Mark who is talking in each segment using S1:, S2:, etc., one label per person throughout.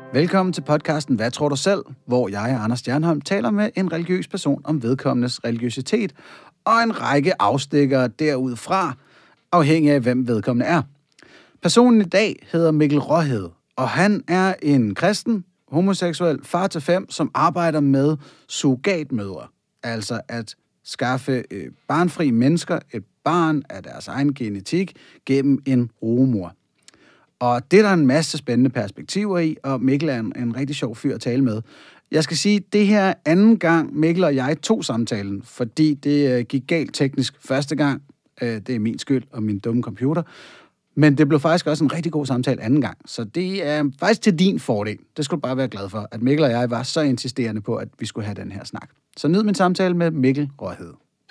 S1: Velkommen til podcasten Hvad tror du selv?, hvor jeg, Anders Stjernholm, taler med en religiøs person om vedkommendes religiøsitet og en række afstikkere derudfra, afhængig af hvem vedkommende er. Personen i dag hedder Mikkel Råhed, og han er en kristen, homoseksuel far til 5, som arbejder med surrogatmødre, altså at skaffe barnfri mennesker et barn af deres egen genetik gennem en rugemor. Og det er der en masse spændende perspektiver i, og Mikkel er en rigtig sjov fyr at tale med. Jeg skal sige, det her er anden gang, Mikkel og jeg tog samtalen, fordi det gik galt teknisk første gang. Det er min skyld og min dumme computer. Men det blev faktisk også en rigtig god samtale anden gang. Så det er faktisk til din fordel. Det skulle du bare være glad for, at Mikkel og jeg var så insisterende på, at vi skulle have den her snak. Så nyd min samtale med Mikkel Råhed.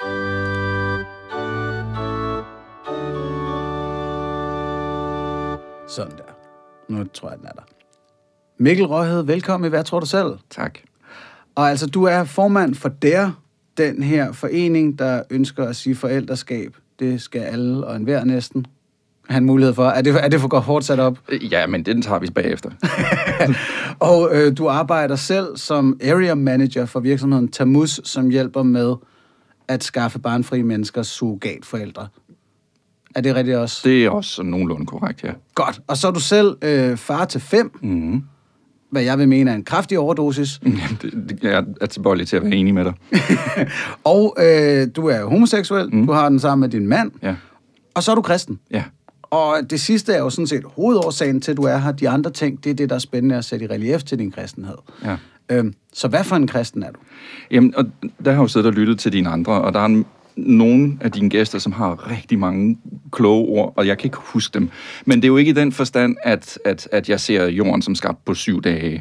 S1: Sådan der. Nu tror jeg, den er der. Mikkel Råhed, velkommen i Hvad tror du selv?
S2: Tak.
S1: Og altså, du er formand for den her forening, der ønsker at sige forældreskab. Det skal alle og enhver næsten have en mulighed for. Er det for godt hårdt sat op?
S2: Ja, men den tager vi bagefter.
S1: Og du arbejder selv som area manager for virksomheden Tamus, som hjælper med at skaffe barnfri mennesker surrogatforældre. Er det rigtigt også?
S2: Det er også nogenlunde korrekt, ja.
S1: Godt. Og så er du selv far til 5.
S2: Mm-hmm.
S1: Hvad jeg vil mene er en kraftig overdosis.
S2: Jeg er tilbøjelig til at være enig med dig.
S1: Og du er homoseksuel. Du har den sammen med din mand.
S2: Ja. Og
S1: så er du kristen.
S2: Ja.
S1: Og det sidste er jo sådan set hovedårsagen til, at du er her. De andre ting, det er det, der er spændende at sætte i relief til din kristenhed.
S2: Ja.
S1: Så hvad for en kristen er du?
S2: Jamen, og der har jeg jo siddet og lyttet til dine andre, og der er nogle af dine gæster, som har rigtig mange kloge ord, og jeg kan ikke huske dem. Men det er jo ikke i den forstand, at jeg ser jorden som skabt på 7 dage,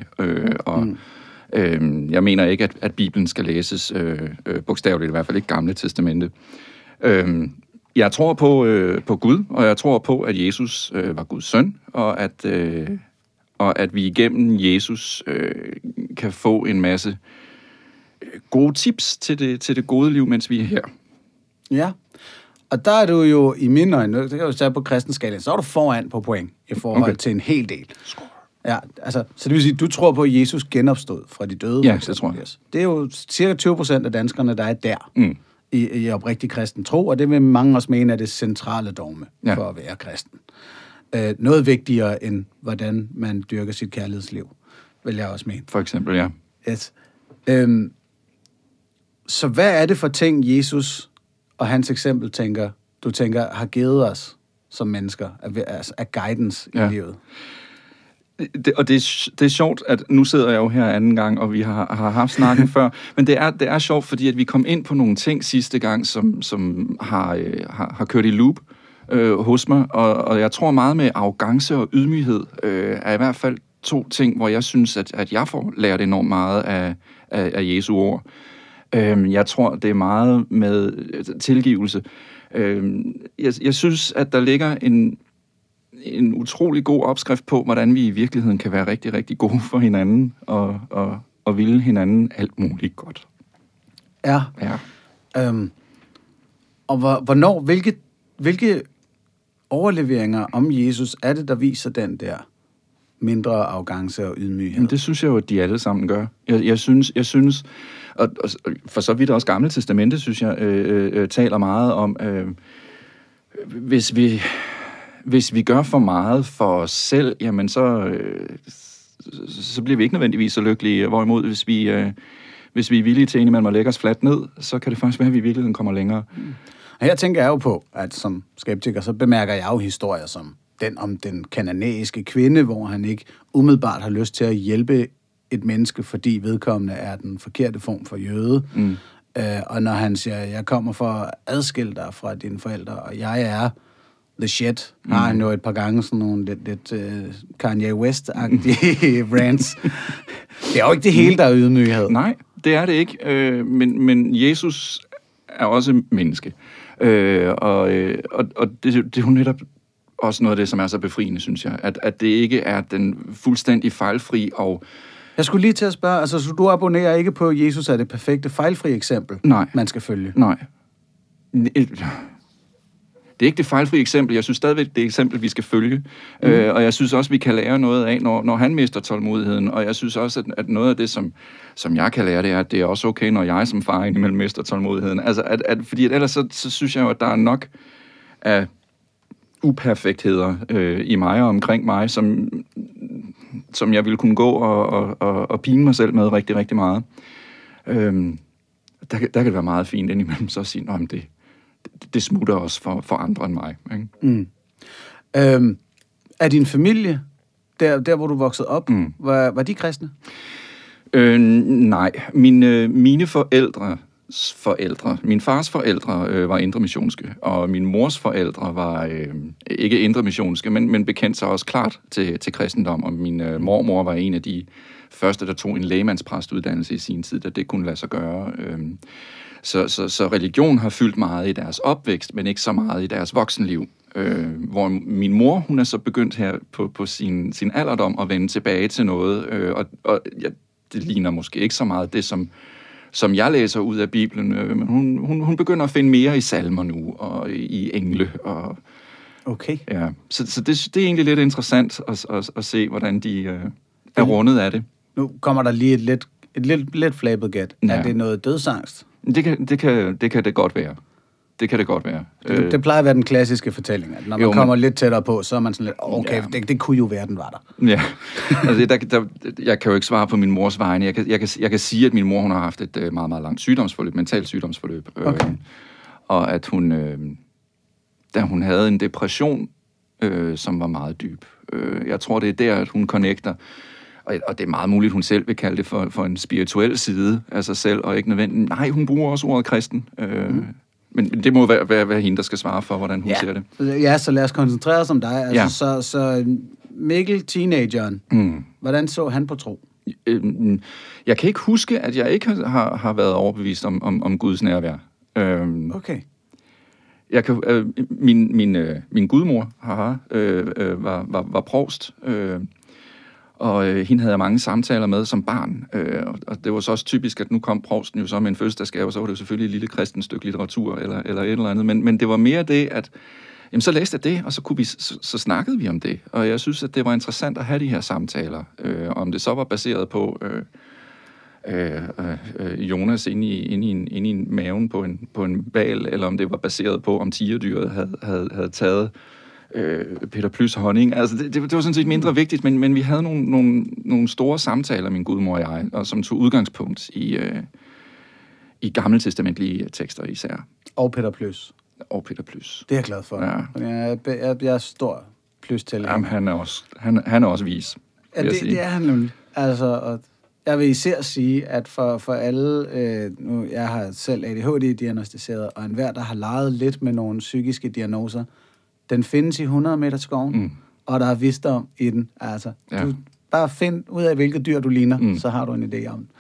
S2: jeg mener ikke, at Bibelen skal læses bogstaveligt, i hvert fald ikke Gamle Testamente. Jeg tror på Gud, og jeg tror på, at Jesus var Guds søn, og at vi igennem Jesus kan få en masse gode tips til det gode liv, mens vi er her.
S1: Ja, og der er du jo i mine øjne, det kan du sige på kristenskalaen, så er du foran på point i forhold til en hel del. Ja, altså, så det vil sige, at du tror på, at Jesus genopstod fra de døde?
S2: Ja, det tror jeg.
S1: Det er jo cirka 20% af danskerne, der er der i oprigtig kristen tro, og det vil mange også mene er det centrale dogme for at være kristen. Noget vigtigere end, hvordan man dyrker sit kærlighedsliv, vil jeg også mene.
S2: For eksempel, ja.
S1: Yes. Så hvad er det for ting, Jesus og hans eksempel du tænker har givet os som mennesker af guidance i livet?
S2: Det er sjovt, at nu sidder jeg jo her anden gang, og vi har haft snakken før, men det er sjovt, fordi at vi kom ind på nogle ting sidste gang, som har kørt i loop hos mig, og jeg tror meget med arrogance og ydmyghed er i hvert fald 2 ting, hvor jeg synes, at jeg får lært enormt meget af Jesu ord. Jeg tror, det er meget med tilgivelse. Jeg synes, at der ligger en utrolig god opskrift på, hvordan vi i virkeligheden kan være rigtig, rigtig gode for hinanden og ville hinanden alt muligt godt.
S1: Ja. Og hvornår, hvilke overleveringer om Jesus er det, der viser den der mindre arrogance og ydmyghed?
S2: Men det synes jeg jo, at de alle sammen gør. Jeg synes og for så vidt også Gamle Testamente, synes jeg, taler meget om, hvis vi gør for meget for os selv, jamen så bliver vi ikke nødvendigvis så lykkelige. Hvorimod, hvis vi er villige til indimellem at lægge os fladt ned, så kan det faktisk være, at vi i virkeligheden kommer længere.
S1: Og her tænker jeg jo på, at som skeptiker, så bemærker jeg jo historier som den om den kananæiske kvinde, hvor han ikke umiddelbart har lyst til at hjælpe et menneske, fordi vedkommende er den forkerte form for jøde. Og når han siger, jeg kommer for at adskille dig fra dine forældre, og jeg er the shit, har han jo et par gange sådan nogle lidt Kanye West-agtige rants. Det er jo ikke det hele, der er ydmyghed.
S2: Nej, det er det ikke. Men Jesus er også menneske. Og det er jo netop også noget af det, som er så befriende, synes jeg. At det ikke er den fuldstændig fejlfri og...
S1: Jeg skulle lige til at spørge, altså så du abonnerer ikke på, at Jesus er det perfekte fejlfri eksempel, man skal følge?
S2: Nej. det er ikke det fejlfri eksempel. Jeg synes stadigvæk, det er et eksempel, vi skal følge. Og jeg synes også, vi kan lære noget af, når han mister tålmodigheden. Og jeg synes også, at noget af det, som jeg kan lære, det er, at det er også okay, når jeg som far indimellem mister tålmodigheden. Altså, fordi ellers så synes jeg jo, at der er nok af uperfektheder i mig og omkring mig, som jeg ville kunne gå og pine mig selv med rigtig, rigtig meget. Der kan det være meget fint indimellem så at sige, at det smutter også for andre end mig. Ikke?
S1: Er din familie, der hvor du voksede op, var de kristne?
S2: Nej. Mine forældre, min fars forældre var indremissionske, og min mors forældre var ikke indremissionske, men bekendte sig også klart til kristendom, og min mormor var en af de første, der tog en lægmandspræstuddannelse i sin tid, da det kunne lade sig gøre. Så religion har fyldt meget i deres opvækst, men ikke så meget i deres voksenliv. Hvor min mor, hun er så begyndt her på sin alderdom at vende tilbage til noget, og det ligner måske ikke så meget det, som jeg læser ud af Bibelen, men hun begynder at finde mere i salmer nu, og i engle. Og,
S1: okay.
S2: Ja, så det er egentlig lidt interessant at se, hvordan de er rundet af det. Nu
S1: kommer der lige et lidt flabet gæt. Ja. Er det noget dødsangst?
S2: Det kan det godt være. Det kan det godt være.
S1: Det plejer at være den klassiske fortælling, at når man kommer lidt tættere på, så er man sådan lidt, okay, ja. det kunne jo være, den var der.
S2: Ja, altså jeg kan jo ikke svare på min mors vegne. Jeg kan sige, at min mor, hun har haft et meget, meget langt sygdomsforløb, mentalt sygdomsforløb. Okay. Og at hun, da hun havde en depression, som var meget dyb. Jeg tror, det er der, at hun connecter. Og det er meget muligt, hun selv vil kalde det for en spirituel side af sig selv, og ikke nødvendigt. Nej, hun bruger også ordet kristen. Men det må være hende, der skal svare for, hvordan hun ser det.
S1: Ja, så lad os koncentrere os om dig. Altså, så Mikkel, teenageren, hvordan så han på tro?
S2: Jeg kan ikke huske, at jeg ikke har været overbevist om Guds nærvær.
S1: Okay.
S2: Min gudmor var provst, og hende havde jeg mange samtaler med som barn. Og det var så også typisk, at nu kom provsten jo så med en fødselsdagsgave, og så var det jo selvfølgelig et lille kristent stykke litteratur eller et eller andet. Men det var mere det, at jamen, så læste jeg det, og så snakkede vi om det. Og jeg synes, at det var interessant at have de her samtaler. Om det så var baseret på Jonas inde i maven på en hval, eller om det var baseret på, om tigerdyret havde taget Peter Plys honning. Altså, det var sådan set mindre vigtigt, men vi havde nogle store samtaler, min gudmor og jeg, og som tog udgangspunkt i gammeltestamentlige tekster især.
S1: Og Peter Plys.
S2: Og Peter Plys.
S1: Det er jeg glad for. Ja. Jeg er stor Plys-tilhænger.
S2: Jamen, han er også vis.
S1: Ja, det er han nemlig. Altså, og jeg vil især sige, at for alle, nu jeg har selv ADHD-diagnostiseret, og enhver, der har leget lidt med nogle psykiske diagnoser, den findes i 100 meter skoven, og der er visdom i den. Altså, du bare find ud af, hvilket dyr du ligner, så har du en idé om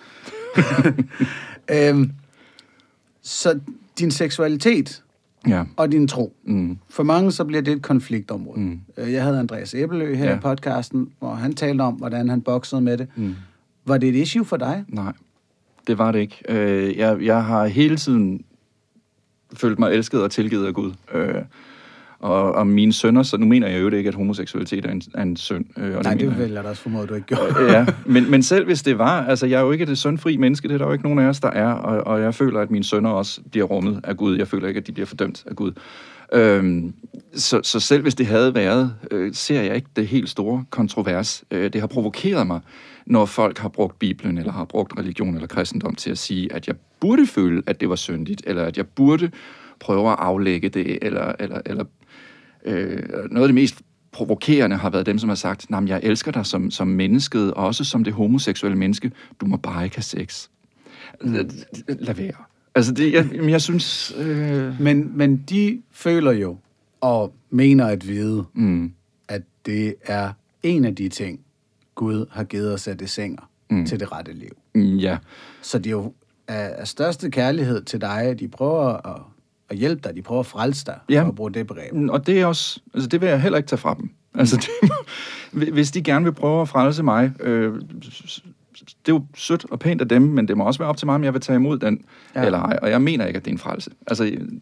S1: den. Så din seksualitet og din tro. For mange så bliver det et konfliktområde. Jeg havde Andreas Æbelø her i podcasten, hvor han talte om, hvordan han boksede med det. Var det et issue for dig?
S2: Nej, det var det ikke. Jeg har hele tiden følt mig elsket og tilgivet af Gud. Og mine sønner, så nu mener jeg jo ikke, at homoseksualitet er en synd.
S1: Nej, det vil jeg da også formode, du ikke gjorde.
S2: Ja, men selv hvis det var, altså jeg er jo ikke det syndfri menneske, det er der jo ikke nogen af os, der er, og jeg føler, at mine sønner også bliver rummet af Gud. Jeg føler ikke, at de bliver fordømt af Gud. Så selv hvis det havde været, ser jeg ikke det helt store kontrovers. Det har provokeret mig, når folk har brugt Bibelen, eller har brugt religion eller kristendom til at sige, at jeg burde føle, at det var syndigt, eller at jeg burde prøve at aflægge det, eller noget af det mest provokerende har været dem, som har sagt, nej, jeg elsker dig som mennesket, også som det homoseksuelle menneske. Du må bare ikke have sex. Lad være. Altså, jeg synes...
S1: Men de føler jo, og mener at vide, at det er en af de ting, Gud har givet os af det sænger til det rette liv.
S2: Ja.
S1: Så det er jo af største kærlighed til dig, de prøver at hjælpe dig, de prøver at frelse dig, for at bruge det begreb.
S2: Og det er også, altså det vil jeg heller ikke tage fra dem. Altså, hvis de gerne vil prøve at frelse mig, det er jo sødt og pænt af dem, men det må også være op til mig, om jeg vil tage imod den eller ej. Og jeg mener ikke, at det er en frelse. Altså,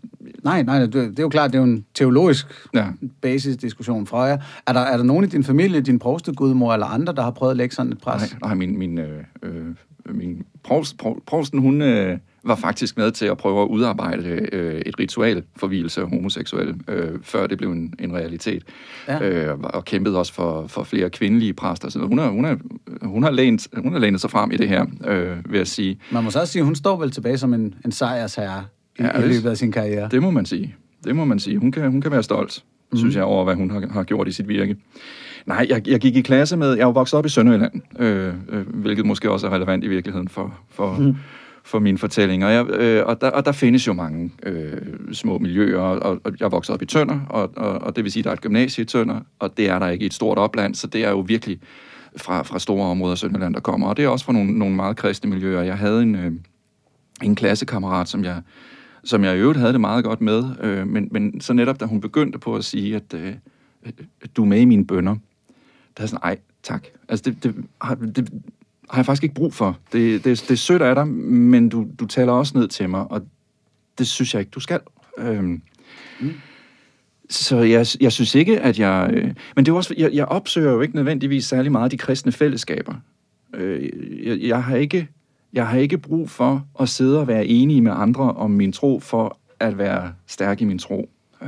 S1: Nej, det er jo klart, det er jo en teologisk basisdiskussion fra jer. Er der nogen i din familie, din provstegudmor eller andre, der har prøvet at lægge sådan et pres?
S2: Nej, min provsten, hun var faktisk med til at prøve at udarbejde et ritual for vielse af homoseksuelle, før det blev en realitet. Ja. Og kæmpede også for flere kvindelige præster. Så hun har lænet sig frem i det her, vil jeg sige.
S1: Man må så også sige, hun står vel tilbage som en sejrsherre i løbet af sin karriere.
S2: Det må man sige. Hun kan være stolt, synes jeg, over hvad hun har gjort i sit virke. Nej, jeg gik i klasse med... Jeg er jo vokset op i Sønderjylland, hvilket måske også er relevant i virkeligheden for mine fortællinger. Og der findes jo mange små miljøer, og jeg er vokset op i Tønder, og det vil sige, der er et gymnasie i Tønder, og det er der ikke i et stort opland, så det er jo virkelig fra store områder af Sønderjylland, der kommer. Og det er også fra nogle meget kristne miljøer. Jeg havde en klassekammerat, som jeg i øvrigt havde det meget godt med, men så netop, da hun begyndte på at sige, at du er med i mine bønner, der er sådan, ej, tak. Altså, det har jeg faktisk ikke brug for. Det er sødt af dig, men du taler også ned til mig, og det synes jeg ikke, du skal. Så jeg synes ikke, at jeg... Men det er også, jeg opsøger jo ikke nødvendigvis særlig meget de kristne fællesskaber. Jeg har ikke brug for at sidde og være enig med andre om min tro, for at være stærk i min tro.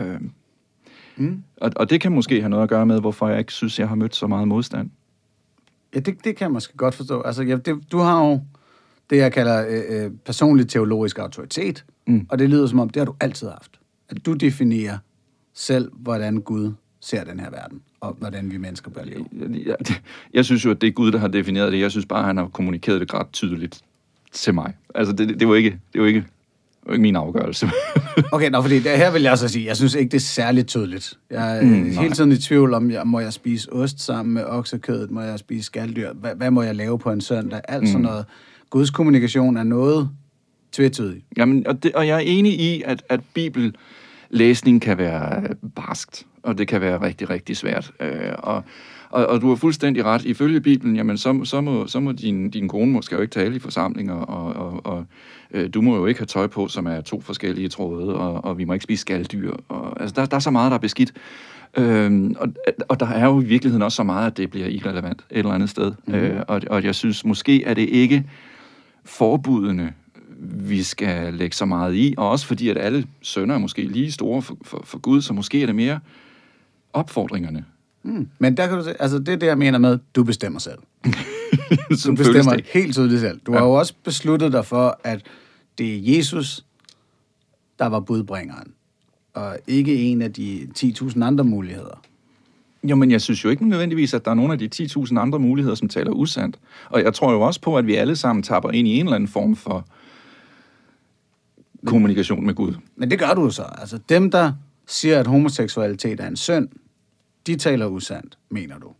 S2: Og det kan måske have noget at gøre med, hvorfor jeg ikke synes, jeg har mødt så meget modstand.
S1: Ja, det kan jeg måske godt forstå. Altså, du har jo det, jeg kalder personlig teologisk autoritet, og det lyder som om, det har du altid haft. At du definerer selv, hvordan Gud ser den her verden, og hvordan vi mennesker bør leve.
S2: Jeg synes jo, at det er Gud, der har defineret det. Jeg synes bare, at han har kommunikeret det ret tydeligt til mig. Altså, det er jo ikke min afgørelse.
S1: Okay, fordi her vil jeg så sige, jeg synes ikke, det er særligt tydeligt. Jeg er hele tiden i tvivl om, må jeg spise ost sammen med oksekødet, må jeg spise skaldyr, hvad må jeg lave på en søndag, alt sådan noget. Guds kommunikation er noget tvetydigt. Jamen,
S2: og jeg er enig i, at bibellæsning kan være barskt, og det kan være rigtig, rigtig svært. Og du har fuldstændig ret. Ifølge Bibelen, jamen, så må din kone måske jo ikke tale i forsamlinger, og du må jo ikke have tøj på, som er 2 forskellige tråde, og vi må ikke spise skaldyr. Altså, der er så meget, der er beskidt. Og der er jo i virkeligheden også så meget, at det bliver irrelevant et eller andet sted. Og jeg synes, måske er det ikke forbudene, vi skal lægge så meget i, og også fordi, at alle sønner er måske lige store for Gud, så måske er det mere opfordringerne.
S1: Men der kan du se, altså det er det, jeg mener med, du bestemmer selv. Du bestemmer helt tydeligt selv. Du har jo også besluttet dig for, at det er Jesus, der var budbringeren, og ikke en af de 10.000 andre muligheder.
S2: Jo, men jeg synes jo ikke nødvendigvis, at der er nogle af de 10.000 andre muligheder, som taler usandt. Og jeg tror jo også på, at vi alle sammen tapper ind i en eller anden form for kommunikation med Gud. Men
S1: det gør du så. Altså dem, der siger, at homoseksualitet er en synd, de taler usandt, mener du?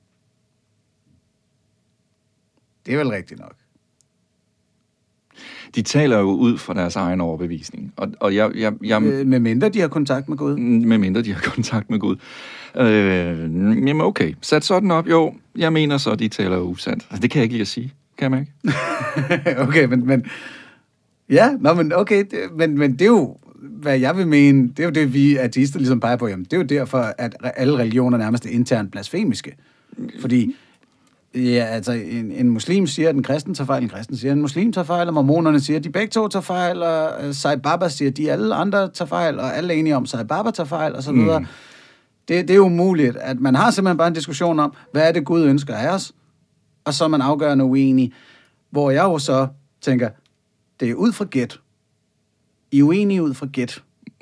S1: Det er vel rigtigt nok.
S2: De taler jo ud fra deres egen overbevisning. Og jeg
S1: med mindre de har kontakt med Gud?
S2: Med mindre de har kontakt med Gud. Jamen okay, sat sådan op. Jo, jeg mener så, at de taler usandt. Altså, det kan jeg ikke lige at sige. Kan man ikke?
S1: Okay, men ja, men okay. Men det er jo, hvad jeg vil mene, det er jo det, vi ateister ligesom peger på. Jamen, det er jo derfor, at alle religioner nærmest er internt blasfemiske. Fordi ja, altså, en muslim siger, at en kristen tager fejl, en kristen siger, at en muslim tager fejl, og mormonerne siger, at de begge to tager fejl, og Sai Baba siger, at de alle andre tager fejl, og alle er enige om, at Sai Baba tager fejl, og så videre. Det er umuligt, at man har simpelthen bare en diskussion om, hvad er det Gud ønsker af os, og så er man afgørende uenig, hvor jeg jo så tænker, det er ud fra gæt. I er uenige ud fra gæt.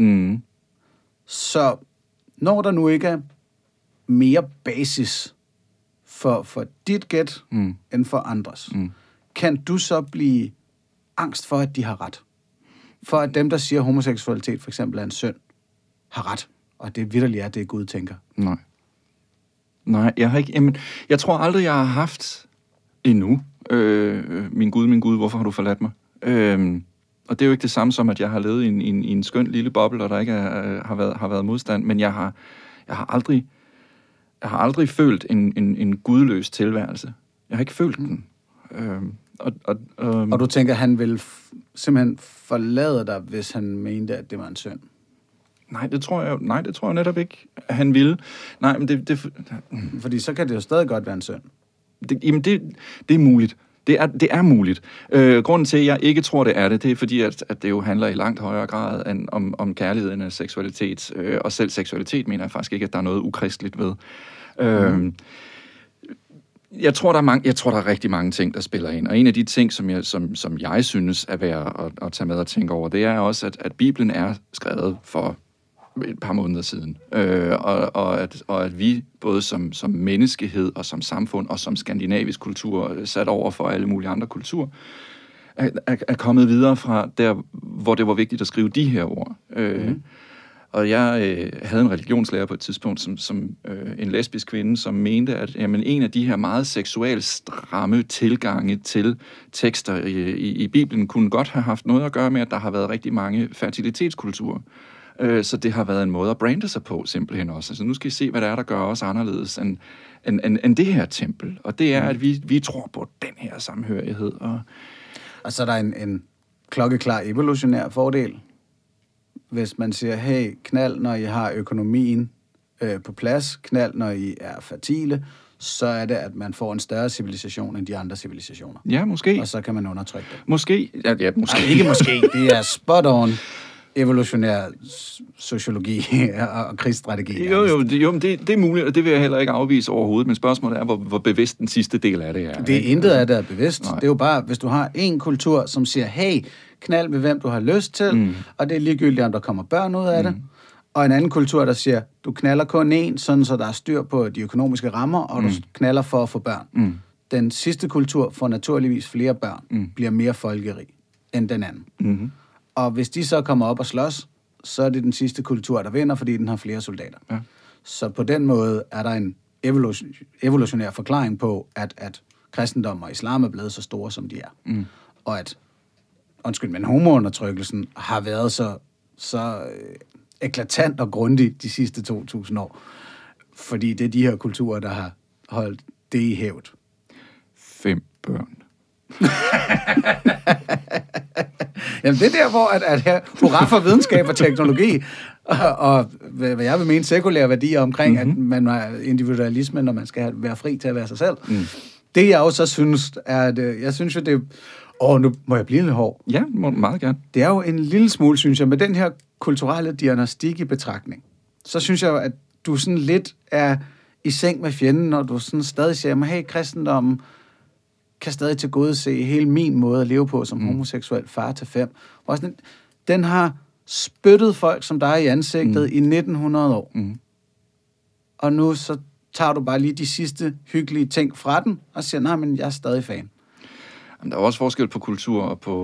S1: Så når der nu ikke er mere basis for dit gæt end for andres, kan du så blive angst for, at de har ret? For at dem, der siger, at homoseksualitet for eksempel er en synd, har ret, og det vitterligt er det, Gud tænker?
S2: Nej, jeg har ikke... Jamen, jeg tror aldrig, jeg har haft endnu, min Gud, hvorfor har du forladt mig? Og det er jo ikke det samme som, at jeg har levet i en skøn lille boble, og der ikke har været modstand, men jeg har aldrig følt en gudløs tilværelse. Jeg har ikke følt den.
S1: Og du tænker, han ville simpelthen forlade dig, hvis han mente, at det var en synd?
S2: Nej, det tror jeg netop ikke, han ville. Nej, men
S1: Fordi så kan det jo stadig godt være en synd.
S2: Det er muligt. Det er muligt. Grunden til, at jeg ikke tror, det er det, fordi, at det jo handler i langt højere grad om kærligheden af seksualitet. Og selv seksualitet mener jeg faktisk ikke, at der er noget ukristeligt ved. Jeg tror, der er rigtig mange ting, der spiller ind. Og en af de ting, som jeg synes er værd at tage med og tænke over, det er også, at Bibelen er skrevet for et par måneder siden. Og at vi både som menneskehed og som samfund og som skandinavisk kultur sat over for alle mulige andre kulturer, er kommet videre fra der, hvor det var vigtigt at skrive de her ord. Og jeg havde en religionslærer på et tidspunkt, som en lesbisk kvinde, som mente, at en af de her meget seksuelt stramme tilgange til tekster i Bibelen kunne godt have haft noget at gøre med, at der har været rigtig mange fertilitetskulturer. Så det har været en måde at brande sig på, simpelthen også. Altså nu skal I se, hvad der er, der gør os anderledes end det her tempel. Og det er, at vi tror på den her samhørighed.
S1: Og så er der en klokkeklar evolutionær fordel. Hvis man siger, hey, knald, når I har økonomien på plads, knald, når I er fertile, så er det, at man får en større civilisation end de andre civilisationer.
S2: Ja, måske.
S1: Og så kan man undertrykke det.
S2: Måske. Ja, måske.
S1: Nej, ikke måske. Det er spot on evolutionær sociologi og krigsstrategi.
S2: Jo, det er muligt, og det vil jeg heller ikke afvise overhovedet, men spørgsmålet er, hvor bevidst den sidste del af det er.
S1: Det er intet af det er bevidst. Nej. Det er jo bare, hvis du har en kultur, som siger, hey, knald med hvem du har lyst til, og det er ligegyldigt, om der kommer børn ud af det, og en anden kultur, der siger, du knaller kun én, sådan så der er styr på de økonomiske rammer, og du knaller for at få børn. Den sidste kultur får naturligvis flere børn, bliver mere folkerig end den anden. Og hvis de så kommer op og slås, så er det den sidste kultur, der vinder, fordi den har flere soldater. Ja. Så på den måde er der en evolutionær forklaring på, at kristendom og islam er blevet så store, som de er. Og at, men homoundertrykkelsen har været så eklatant og grundig de sidste 2000 år. Fordi det er de her kulturer, der har holdt det i hævd. 5 børn. Jamen det er der, hvor at her, hurra for videnskab og teknologi, og hvad jeg vil mene, sekulære værdier omkring, at man er individualisme, når man skal være fri til at være sig selv. Det jeg også synes, er, at jeg synes jo, det nu må jeg blive lidt hård.
S2: Ja, meget gerne.
S1: Det er jo en lille smule, synes jeg, med den her kulturelle diagnostik i betragtning. Så synes jeg jo, at du sådan lidt er i seng med fjenden, når du sådan stadig siger, hey, kristendommen kan stadig tilgodese hele min måde at leve på som homoseksuel far til 5. Og sådan, den har spyttet folk som dig i ansigtet i 1900 år. Og nu så tager du bare lige de sidste hyggelige ting fra den, og siger, nej, men jeg er stadig fan.
S2: Jamen, der er også forskel på kultur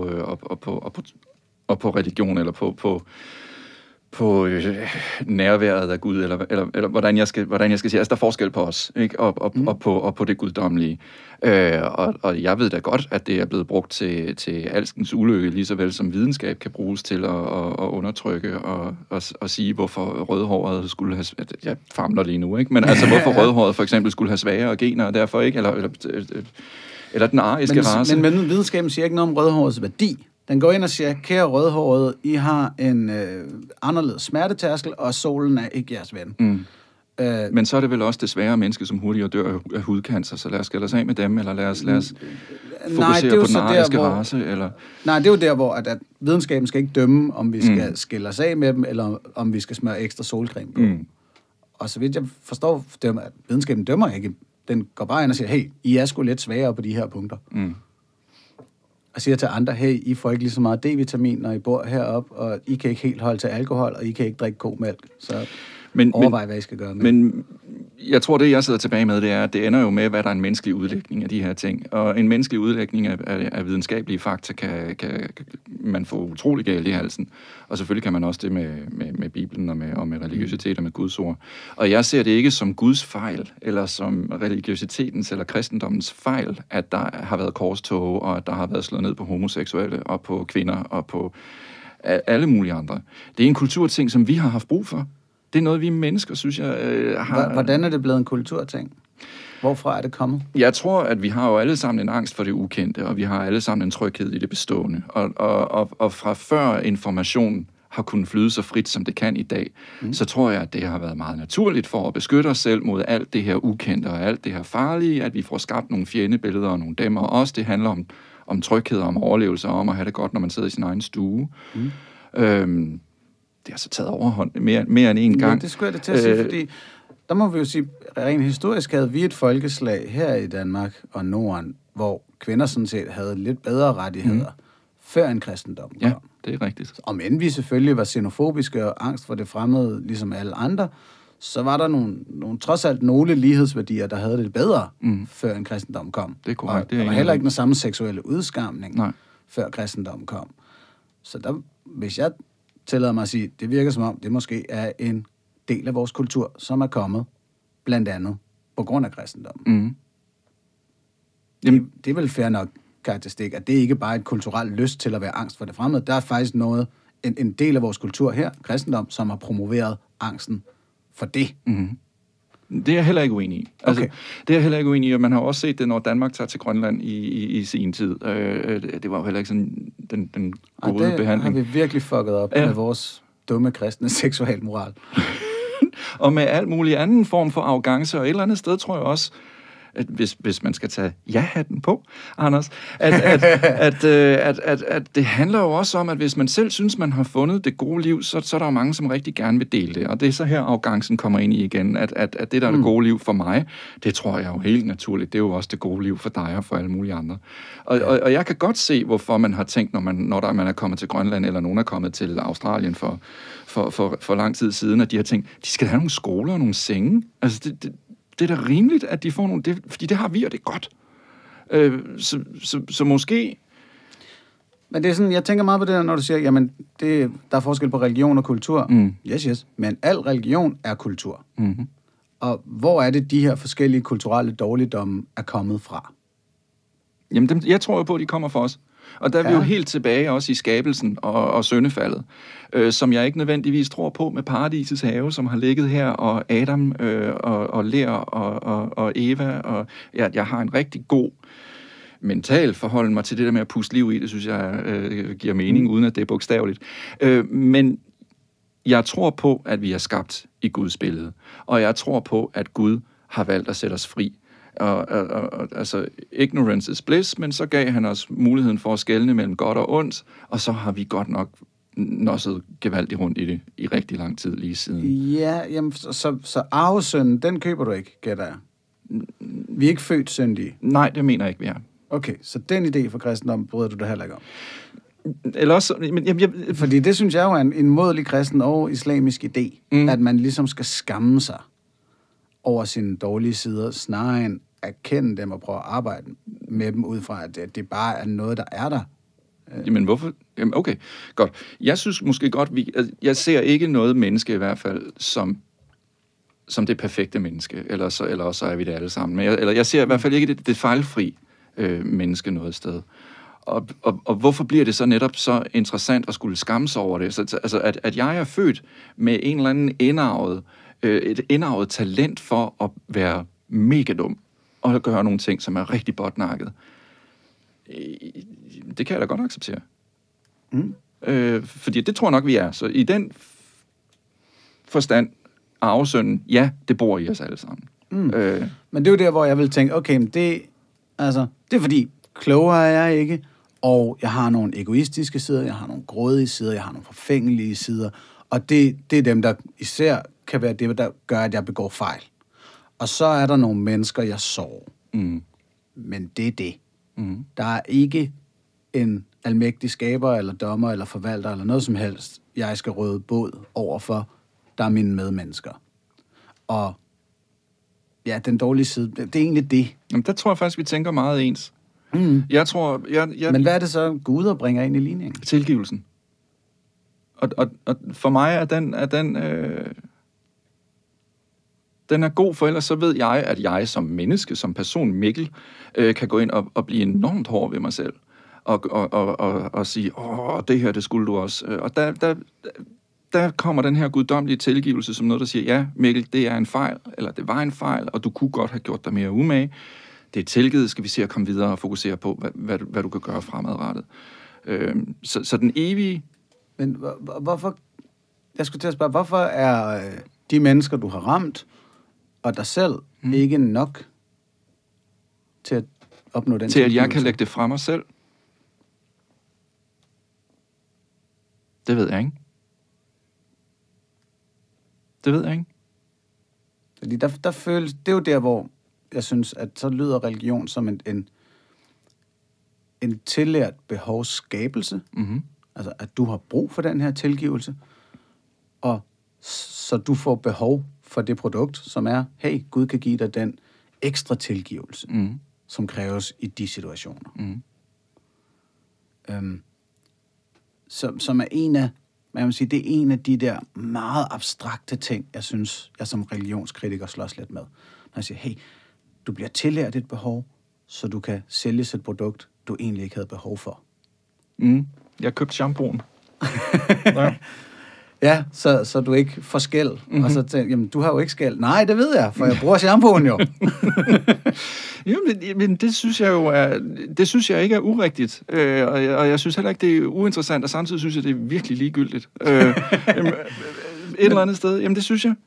S2: og på religion, eller på nærværet af Gud, eller hvordan jeg skal sige. Altså, der er forskel på os, ikke? Og på det guddommelige. Og jeg ved da godt, at det er blevet brugt til alskens ulykke, lige så vel som videnskab kan bruges til at undertrykke og sige, hvorfor rødhåret skulle have... Jeg famler lige nu, ikke? Men altså, hvorfor rødhåret for eksempel skulle have svagere gener, og derfor ikke, eller den ariske race.
S1: Men videnskaben siger ikke noget om rødhårets værdi. Den går ind og siger, kære rødhårede, I har en anderledes smertetærskel, og solen er ikke jeres ven.
S2: Men så er det vel også desværre mennesker, som hurtigere dør af hudcancer, så lad os skille os af med dem, eller lad os fokusere på den ariske race. Eller...
S1: Nej, det er jo der, hvor at videnskaben skal ikke dømme, om vi skal skille os af med dem, eller om vi skal smøre ekstra solcreme på. Og så vidt jeg forstår, at videnskaben dømmer ikke. Den går bare ind og siger, hey, I er sgu lidt svagere på de her punkter. Og siger til andre, hey, I får ikke lige så meget D-vitamin, når I bor heroppe, og I kan ikke helt holde til alkohol, og I kan ikke drikke komælk. Så overvej, hvad I skal gøre med.
S2: Men jeg tror, det jeg sidder tilbage med, det er, at det ender jo med, hvad der er en menneskelig udlægning af de her ting. Og en menneskelig udlægning af videnskabelige fakta kan man få utrolig galt i halsen. Og selvfølgelig kan man også det med Bibelen og med religiøsitet og med Guds ord. Og jeg ser det ikke som Guds fejl, eller som religiøsitetens eller kristendommens fejl, at der har været korstog, og at der har været slået ned på homoseksuelle, og på kvinder, og på alle mulige andre. Det er en kulturting, som vi har haft brug for. Det er noget, vi mennesker, synes jeg, har...
S1: Hvordan er det blevet en kulturting? Hvorfra er det kommet?
S2: Jeg tror, at vi har jo alle sammen en angst for det ukendte, og vi har alle sammen en tryghed i det bestående. Og fra før information har kunnet flyde så frit, som det kan i dag, så tror jeg, at det har været meget naturligt for at beskytte os selv mod alt det her ukendte og alt det her farlige, at vi får skabt nogle fjendebilleder og nogle dæmmer. Også det handler om tryghed, om overlevelse og om at have det godt, når man sidder i sin egen stue. Det har så taget overhånd mere end en gang.
S1: Ja, det skulle jeg da til at sige, fordi der må vi jo sige, rent historisk havde vi et folkeslag her i Danmark og Norden, hvor kvinder sådan set havde lidt bedre rettigheder, før en kristendom kom.
S2: Ja, det er rigtigt.
S1: Om end vi selvfølgelig var xenofobiske og angst for det fremmede, ligesom alle andre, så var der nogle trods alt nogle lighedsværdier, der havde det bedre, før en kristendom kom.
S2: Det er korrekt.
S1: Og der var heller ikke den samme seksuelle udskamning, før kristendom kom. Så der, hvis jeg tillader mig at sige, det virker som om, det måske er en del af vores kultur, som er kommet blandt andet på grund af kristendommen. Det er vel fair nok karakteristik, at det ikke bare er et kulturelt lyst til at være angst for det fremmede. Der er faktisk en del af vores kultur her, kristendom, som har promoveret angsten for det.
S2: Det er jeg heller ikke uenig i. Altså,
S1: Okay.
S2: Det er jeg heller ikke uenig i, og man har også set det, når Danmark tager til Grønland i sin tid. Det var jo heller ikke sådan den gode behandling.
S1: Det har vi virkelig fucket op med vores dumme kristne seksualmoral.
S2: Og med alt mulig anden form for arrogance, og et eller andet sted tror jeg også, at hvis man skal tage ja-hatten på, Anders, at det handler jo også om, at hvis man selv synes, man har fundet det gode liv, så er der jo mange, som rigtig gerne vil dele det. Og det er så her, arrogancen kommer ind i igen, at det, der er det gode liv for mig, det tror jeg jo helt naturligt, det er jo også det gode liv for dig og for alle mulige andre. Og jeg kan godt se, hvorfor man har tænkt, når man er kommet til Grønland, eller nogen er kommet til Australien for lang tid siden, at de har tænkt, de skal have nogle skoler og nogle senge. Altså, det er da rimeligt, at de får nogle... fordi det har vi, og det er godt. Så måske...
S1: Men det er sådan, jeg tænker meget på det der, når du siger, jamen, der er forskel på religion og kultur. Yes. Men al religion er kultur. Og hvor er det, de her forskellige kulturelle dårligdomme er kommet fra?
S2: Jamen, jeg tror jo på, at de kommer for os. Og der er vi jo helt tilbage også i skabelsen og syndefaldet, som jeg ikke nødvendigvis tror på med paradisets have, som har ligget her, og Adam og Lea og Eva. Og jeg har en rigtig god mental forhold mig til det der med at puste liv i. Det synes jeg giver mening, uden at det er bogstaveligt. Men jeg tror på, at vi er skabt i Guds billede. Og jeg tror på, at Gud har valgt at sætte os fri. Altså, ignorance is bliss, men så gav han os muligheden for at skelne mellem godt og ondt, og så har vi godt nok nosset gevaldigt rundt i det i rigtig lang tid lige siden.
S1: Ja, jamen, så arvesynden, den køber du ikke, gætter jeg. Vi er ikke født syndige.
S2: Nej, det mener jeg ikke, vi er.
S1: Okay, så den idé for kristendom bryder du det heller ikke om?
S2: Eller også, men
S1: fordi det synes jeg jo er en modelig kristen og islamisk idé, at man ligesom skal skamme sig over sine dårlige sider, snarere end erkende dem og prøve at arbejde med dem ud fra, at det bare er noget, der er der.
S2: Jamen hvorfor? Jamen okay, godt. Jeg synes måske godt, jeg ser ikke noget menneske i hvert fald som det perfekte menneske, eller så er vi det alle sammen. Men jeg ser i hvert fald ikke det fejlfri menneske noget sted. Og hvorfor bliver det så netop så interessant at skulle skamme sig over det? Så, altså, at jeg er født med en eller anden et indarvet talent for at være mega dum, og at gøre nogle ting, som er rigtig botnakket. Det kan jeg da godt acceptere. Fordi det tror jeg nok, vi er. Så i den forstand, arvesynden, ja, det bor i os alle sammen.
S1: Men det er jo der, hvor jeg vil tænke, okay, men det er fordi, klogere er jeg ikke, og jeg har nogle egoistiske sider, jeg har nogle grådige sider, jeg har nogle forfængelige sider, og det er dem, der især kan være det, der gør, at jeg begår fejl. Og så er der nogle mennesker, jeg sover. Men det er det. Der er ikke en almægtig skaber, eller dommer, eller forvalter, eller noget som helst, jeg skal røde båd overfor, der er mine medmennesker. Og ja, den dårlige side, det er egentlig det.
S2: Jamen, der tror jeg faktisk, vi tænker meget ens. Jeg tror...
S1: Men hvad er det så, Gud bringer ind i ligningen?
S2: Tilgivelsen. Og for mig er den er god, for ellers så ved jeg, at jeg som menneske, som person, Mikkel, kan gå ind og blive enormt hård ved mig selv. Og sige, det her, det skulle du også. Og der kommer den her guddommelige tilgivelse som noget, der siger, ja, Mikkel, det er en fejl, eller det var en fejl, og du kunne godt have gjort dig mere umage. Det er tilgivet, skal vi se at komme videre og fokusere på, hvad du kan gøre fremadrettet. Så den evige
S1: Men hvorfor... Jeg skulle til at spørge, hvorfor er de mennesker, du har ramt, og dig selv, ikke nok til at opnå den
S2: til, at jeg kan lægge det fra mig selv? Det ved jeg ikke. Det ved jeg ikke.
S1: Fordi der føles... Det er jo der, hvor jeg synes, at så lyder religion som en tillært behovsskabelse.
S2: Mm-hmm.
S1: Altså, at du har brug for den her tilgivelse, og så du får behov for det produkt, som er, hey, Gud kan give dig den ekstra tilgivelse, som kræves i de situationer. Som er en af, man må sige, det er en af de der meget abstrakte ting, jeg synes, jeg som religionskritiker slås lidt med. Når jeg siger, hey, du bliver tillært et behov, så du kan sælge et produkt, du egentlig ikke havde behov for.
S2: Jeg købte shampooen.
S1: Ja, så du ikke får skæld. Og så tænker jamen, du har jo ikke skæld. Nej, det ved jeg, for jeg bruger shampooen jo.
S2: Men det synes jeg jo det synes jeg ikke er urigtigt. Og jeg synes heller ikke, det er uinteressant, og samtidig synes jeg, det er virkelig ligegyldigt. Et eller andet sted. Jamen, det synes jeg.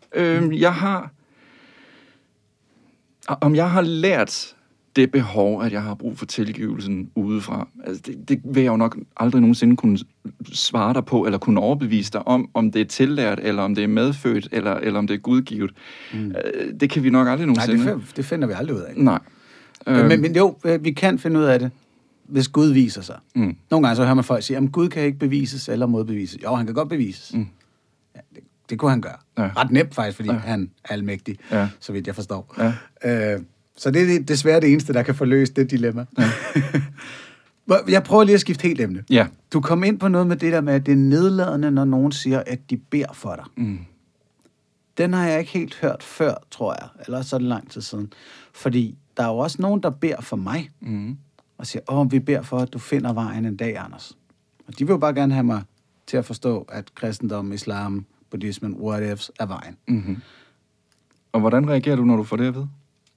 S2: Om jeg har lært det behov, at jeg har brug for tilgivelsen udefra. Altså, det vil jeg jo nok aldrig nogensinde kunne svare dig på, eller kunne overbevise dig om det er tillært, eller om det er medfødt, eller om det er gudgivet. Det kan vi nok aldrig nogensinde.
S1: Nej, det finder vi aldrig ud af.
S2: Nej.
S1: Men jo, vi kan finde ud af det, hvis Gud viser sig. Nogle gange så hører man folk sige, at Gud kan ikke bevises eller modbevises. Jo, han kan godt bevises. Ja, det kunne han gøre. Ja. Ret nemt faktisk, fordi han er almægtig, så vidt jeg forstår. Ja. Så det er desværre det eneste, der kan forløse det dilemma. Ja. Jeg prøver lige at skifte helt emne.
S2: Ja.
S1: Du kom ind på noget med det der med, at det er nedladende, når nogen siger, at de beder for dig. Den har jeg ikke helt hørt før, tror jeg. Eller så er det lang tid siden. Fordi der er jo også nogen, der beder for mig. Og siger, vi beder for, at du finder vejen en dag, Anders. Og de vil jo bare gerne have mig til at forstå, at kristendom, islam, buddhismen, whatever er vejen.
S2: Og hvordan reagerer du, når du får det at vide?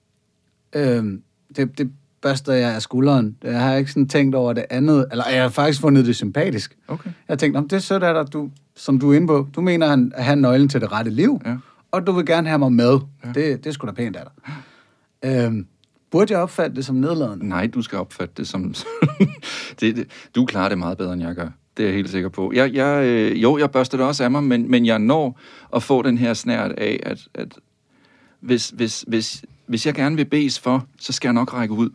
S1: Det børster jeg af skulderen. Jeg har ikke sådan tænkt over det andet. Eller jeg har faktisk fundet det sympatisk.
S2: Okay. Jeg
S1: har tænkt, det er sødt af dig, som du er inde på. Du mener, at han nøglen til det rette liv. Ja. Og du vil gerne have mig med. Ja. Det er sgu da pænt af dig. Burde jeg opfatte det som nedladende?
S2: Nej, du skal opfatte det som... du klarer det meget bedre, end jeg gør. Det er jeg helt sikker på. Jeg børster det også af mig, men jeg når at få den her snært af, at hvis jeg gerne vil bedes for, så skal jeg nok række ud.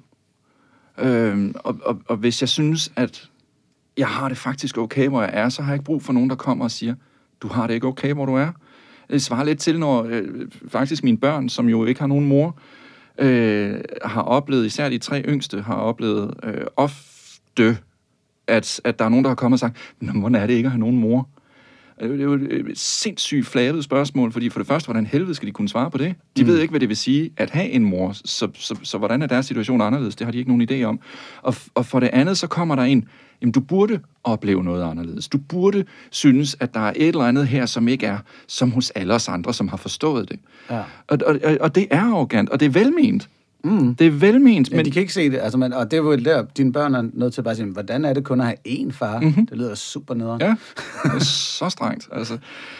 S2: Og hvis jeg synes, at jeg har det faktisk okay, hvor jeg er, så har jeg ikke brug for nogen, der kommer og siger, du har det ikke okay, hvor du er. Det svarer lidt til, når faktisk mine børn, som jo ikke har nogen mor, har oplevet, især de 3 yngste, har oplevet ofte, at der er nogen, der har kommet og sagt, hvordan er det ikke at have nogen mor? Det er jo et sindssygt flaget spørgsmål, fordi for det første, hvordan helvede skal de kunne svare på det? De ved ikke, hvad det vil sige at have en mor, så hvordan er deres situation anderledes? Det har de ikke nogen idé om. Og for det andet, så kommer der en, jamen du burde opleve noget anderledes. Du burde synes, at der er et eller andet her, som ikke er som hos alle os andre, som har forstået det. Ja. Og det er arrogant, og det er velment. Det er velment,
S1: men de kan ikke se det. Altså, og det er jo der, dine børn er nødt til at bare sige, hvordan er det kun at have én far? Det lyder super nederen.
S2: Ja, det er så strengt. Altså.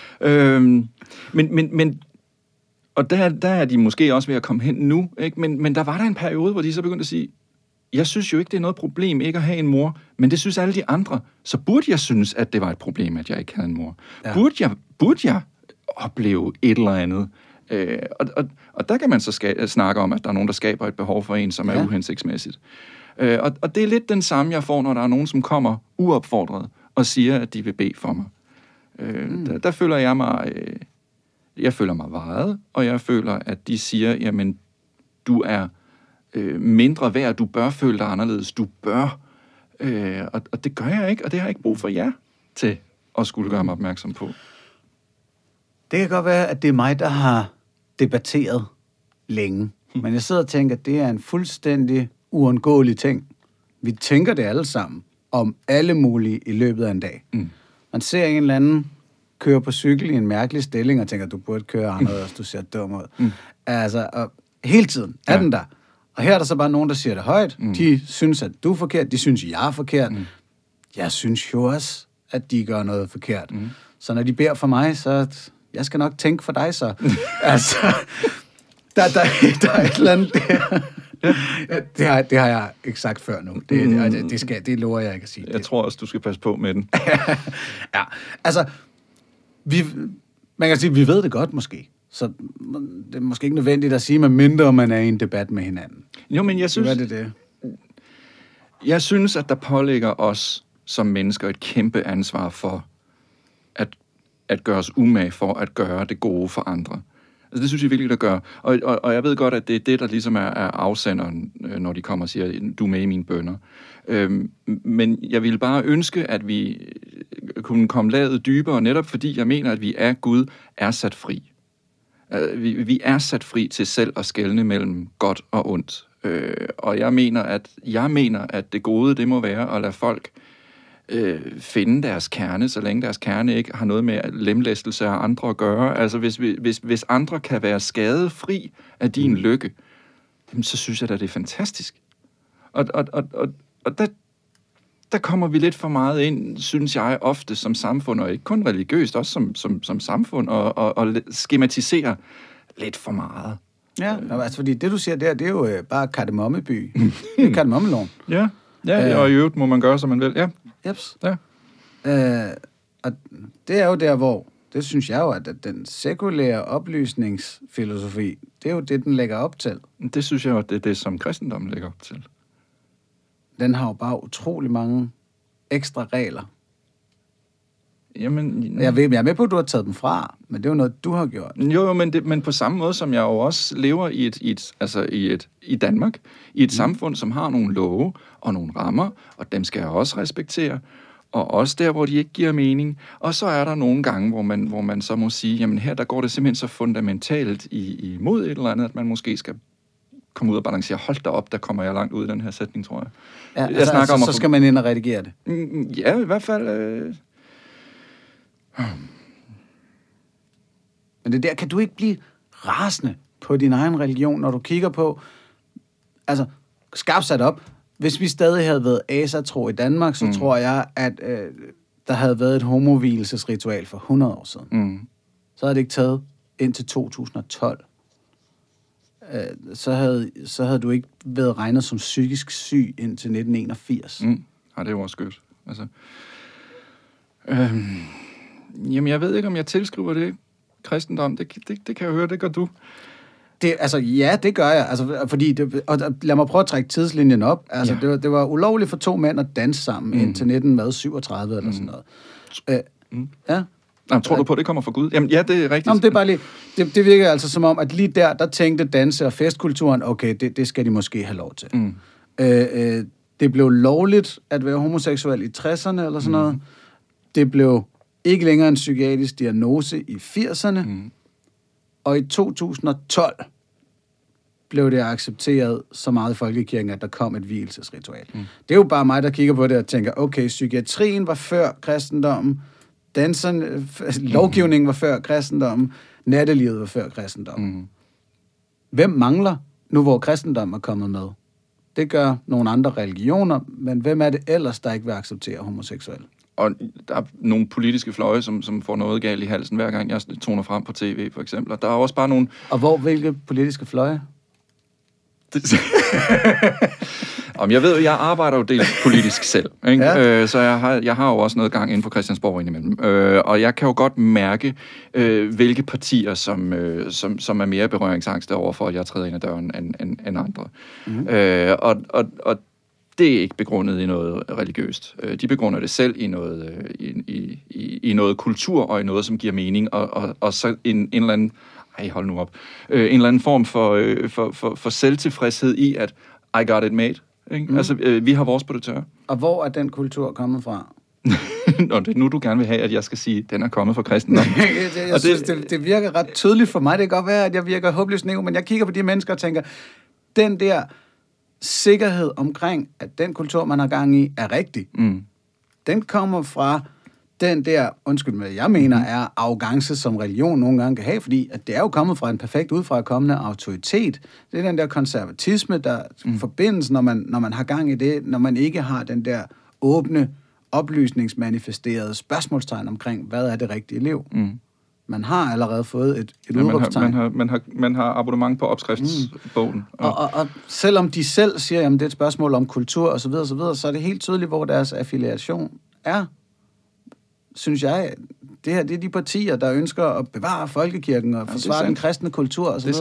S2: Men og der er de måske også ved at komme hen nu, ikke? Men der var der en periode, hvor de så begyndte at sige, jeg synes jo ikke, det er noget problem ikke at have en mor, men det synes alle de andre. Så burde jeg synes, at det var et problem, at jeg ikke havde en mor. Ja. Burde jeg opleve et eller andet? Og der kan man så snakke om, at der er nogen, der skaber et behov for en, som er uhensigtsmæssigt. Og det er lidt den samme, jeg får, når der er nogen, som kommer uopfordret og siger, at de vil bede for mig. Der føler jeg mig... jeg føler mig vejet, og jeg føler, at de siger, jamen, du er mindre værd, du bør føle dig anderledes, du bør... og det gør jeg ikke, og det har jeg ikke brug for jer til at skulle gøre mig opmærksom på.
S1: Det kan godt være, at det er mig, der har debatteret længe. Men jeg sidder og tænker, at det er en fuldstændig uundgåelig ting. Vi tænker det alle sammen om alle mulige i løbet af en dag. Man ser en eller anden køre på cykel i en mærkelig stilling og tænker, at du burde køre anderledes, du ser dum ud. Altså, og hele tiden er den der. Og her er der så bare nogen, der siger det højt. De synes, at du er forkert. De synes, jeg er forkert. Jeg synes jo også, at de gør noget forkert. Så når de beder for mig, så jeg skal nok tænke for dig så. Altså, der er et eller andet der. Ja. Det har jeg ikke sagt før nu. Det lover jeg ikke at sige.
S2: Jeg tror også, du skal passe på med den.
S1: Ja, altså, man kan sige, vi ved det godt måske. Så det er måske ikke nødvendigt at sige, med mindre man er i en debat med hinanden.
S2: Jo, men jeg synes...
S1: Hvad er det?
S2: Jeg synes, at der pålægger os som mennesker et kæmpe ansvar for at gøre os umage for at gøre det gode for andre. Altså, det synes jeg virkelig, der gør. Og jeg ved godt, at det er det, der ligesom er afsenderen, når de kommer og siger, du er med i mine bønner. Men jeg ville bare ønske, at vi kunne komme laget dybere, netop fordi jeg mener, at vi af Gud er sat fri. Vi er sat fri til selv at skelne mellem godt og ondt. Og jeg mener, at det gode, det må være at lade folk finde deres kerne, så længe deres kerne ikke har noget med lemlæstelse af andre at gøre. Altså, hvis andre kan være skadefri af din lykke, så synes jeg da, det er fantastisk. Og der kommer vi lidt for meget ind, synes jeg, ofte som samfund, og ikke kun religiøst, også som samfund, og skematiserer lidt for meget.
S1: Ja, altså fordi det, du siger der, det er jo bare Kardemommeby. Det er Kardemommeloven.
S2: Ja, og i øvrigt må man gøre, som man vil. Ja.
S1: Jeps.
S2: Ja.
S1: Og det er jo der, hvor, det synes jeg jo, at den sekulære oplysningsfilosofi, det er jo det, den lægger op til.
S2: Det synes jeg jo, det er det, som kristendommen lægger op til.
S1: Den har jo bare utrolig mange ekstra regler.
S2: Jamen,
S1: jeg er med på, at du har taget dem fra, men det er jo noget, du har gjort.
S2: Jo, men på samme måde, som jeg jo også lever i Danmark, i et samfund, som har nogle love og nogle rammer, og dem skal jeg også respektere, og også der, hvor de ikke giver mening. Og så er der nogle gange, hvor man så må sige, jamen her, der går det simpelthen så fundamentalt imod et eller andet, at man måske skal komme ud og balancere. Hold da op, der kommer jeg langt ud i den her sætning, tror jeg.
S1: Ja, så skal man ind og redigere det.
S2: Ja, i hvert fald...
S1: Men det der, kan du ikke blive rasende på din egen religion, når du kigger på, altså, skarpt sat op, hvis vi stadig havde været asatro i Danmark, så tror jeg, at der havde været et homovielsesritual for 100 år siden. Så havde det ikke taget indtil 2012. Så havde du ikke været regnet som psykisk syg indtil 1981.
S2: Ja, det er jo også skørt. Altså, jamen, jeg ved ikke, om jeg tilskriver det kristendom. Det kan jeg høre, det gør du.
S1: Ja, det gør jeg. Altså, fordi og lad mig prøve at trække tidslinjen op. Altså, ja. det var ulovligt for 2 mænd at danse sammen indtil 1937 eller sådan noget. Ja.
S2: Jamen, tror du på, det kommer fra Gud? Jamen, ja, det er rigtigt.
S1: Jamen, det er bare lige, det virker altså som om, at lige der tænkte danse- og festkulturen, okay, det skal de måske have lov til. Det blev lovligt at være homoseksuel i 60'erne eller sådan noget. Det blev ikke længere en psykiatrisk diagnose i 80'erne. Og i 2012 blev det accepteret så meget i folkekirken, at der kom et vielsesritual. Det er jo bare mig, der kigger på det og tænker, okay, psykiatrien var før kristendommen, lovgivningen var før kristendommen, nattelivet var før kristendommen. Hvem mangler nu, hvor kristendommen er kommet med? Det gør nogle andre religioner, men hvem er det ellers, der ikke vil acceptere homoseksuelle?
S2: Og der er nogle politiske fløje, som får noget galt i halsen, hver gang jeg toner frem på tv, for eksempel. Og der er også bare nogle...
S1: Og hvilke politiske fløje?
S2: Jeg ved jo, jeg arbejder jo dels politisk selv, ikke? Ja. Så jeg har jo også noget gang inden for Christiansborg indimellem. Og jeg kan jo godt mærke, hvilke partier, som er mere berøringsangste overfor, at jeg træder ind ad døren end andre. Og det er ikke begrundet i noget religiøst. De begrunder det selv i noget, i noget kultur og i noget, som giver mening, og så en eller anden... hold nu op. En eller anden form for selvtilfredshed i, at I got it made. Ikke? Altså, vi har vores på det tørre.
S1: Og hvor er den kultur kommet fra?
S2: Nå, det er nu, du gerne vil have, at jeg skal sige, at den er kommet fra kristendom.
S1: Jeg synes, det virker ret tydeligt for mig. Det kan godt være, at jeg virker håbløst naiv, men jeg kigger på de mennesker og tænker, den der sikkerhed omkring, at den kultur, man har gang i, er rigtig. Den kommer fra den der, undskyld mig, jeg mener, er arrogance, som religion nogle gange kan have, fordi at det er jo kommet fra en perfekt udefrakommende autoritet. Det er den der konservatisme, der forbindes, når man har gang i det, når man ikke har den der åbne oplysningsmanifesterede spørgsmålstegn omkring, hvad er det rigtige liv. Man har allerede fået et udråbstegn.
S2: Man har abonnement på opskriftsbogen.
S1: Og selvom de selv siger, at det er et spørgsmål om kultur osv., så er det helt tydeligt, hvor deres affiliation er. Synes jeg, det er de partier, der ønsker at bevare folkekirken og forsvare den kristne kultur osv.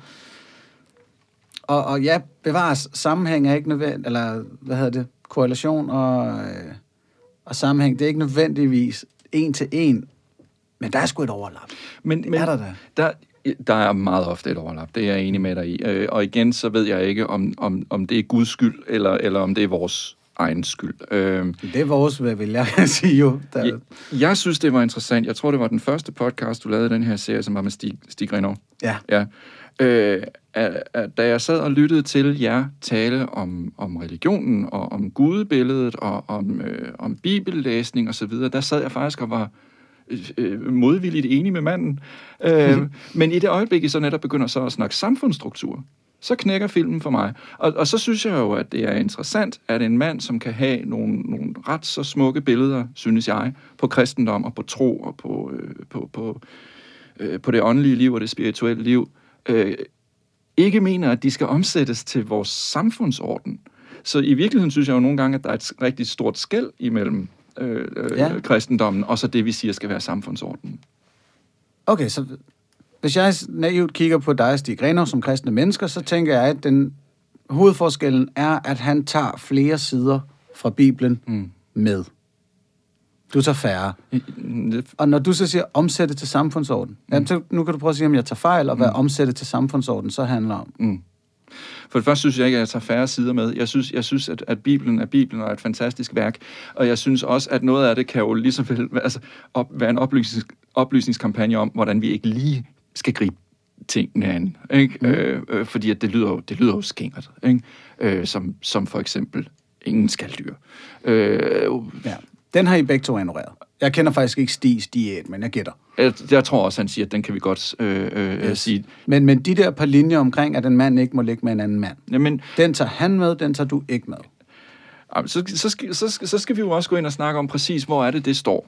S1: Og ja, bevares sammenhæng er ikke nødvendigt, eller korrelation og sammenhæng, det er ikke nødvendigvis en til en, men der er sgu et overlap. Men er
S2: der er meget ofte et overlap, det er jeg enig med dig i. Og igen, så ved jeg ikke, om det er Guds skyld, eller om det er vores egen skyld.
S1: Det er vores, hvad vil jeg sige jo.
S2: Jeg synes, det var interessant. Jeg tror, det var den første podcast, du lavede i den her serie, som var med Stig Grenov.
S1: Ja.
S2: Da jeg sad og lyttede til jer tale om religionen, og om gudebilledet, og om bibellæsning og så videre, der sad jeg faktisk og var modvilligt enig med manden. Men i det øjeblik, I så netop begynder så at snakke samfundsstruktur, så knækker filmen for mig. Og så synes jeg jo, at det er interessant, at en mand, som kan have nogle ret så smukke billeder, synes jeg, på kristendom og på tro og på det åndelige liv og det spirituelle liv, ikke mener, at de skal omsættes til vores samfundsorden. Så i virkeligheden synes jeg jo nogle gange, at der er et rigtig stort skel imellem kristendommen, og så det, vi siger, skal være samfundsordenen.
S1: Okay, så hvis jeg naivt kigger på dig, Stig Grenov, som kristne mennesker, så tænker jeg, at den hovedforskellen er, at han tager flere sider fra Bibelen med. Du tager færre. Og når du så siger omsætte til samfundsorden, jamen, så nu kan du prøve at sige, om jeg tager fejl, og hvad omsætte til samfundsorden så handler om.
S2: For det første synes jeg ikke, at jeg tager færre sider med. Jeg synes at Bibelen er Bibelen og er et fantastisk værk. Og jeg synes også, at noget af det kan jo ligesom være en oplysningskampagne om, hvordan vi ikke lige skal gribe tingene an. Ikke? Fordi at det lyder jo skingert. Ikke? Som for eksempel ingen skaldyr.
S1: Ja. Den har I begge to ignoreret. Jeg kender faktisk ikke Stigs diæt, men jeg gætter.
S2: Jeg tror også, han siger, at den kan vi godt sige.
S1: Men de der par linjer omkring, at en mand ikke må ligge med en anden mand, jamen, den tager han med, den tager du ikke med.
S2: Så skal vi jo også gå ind og snakke om præcis, hvor er det står.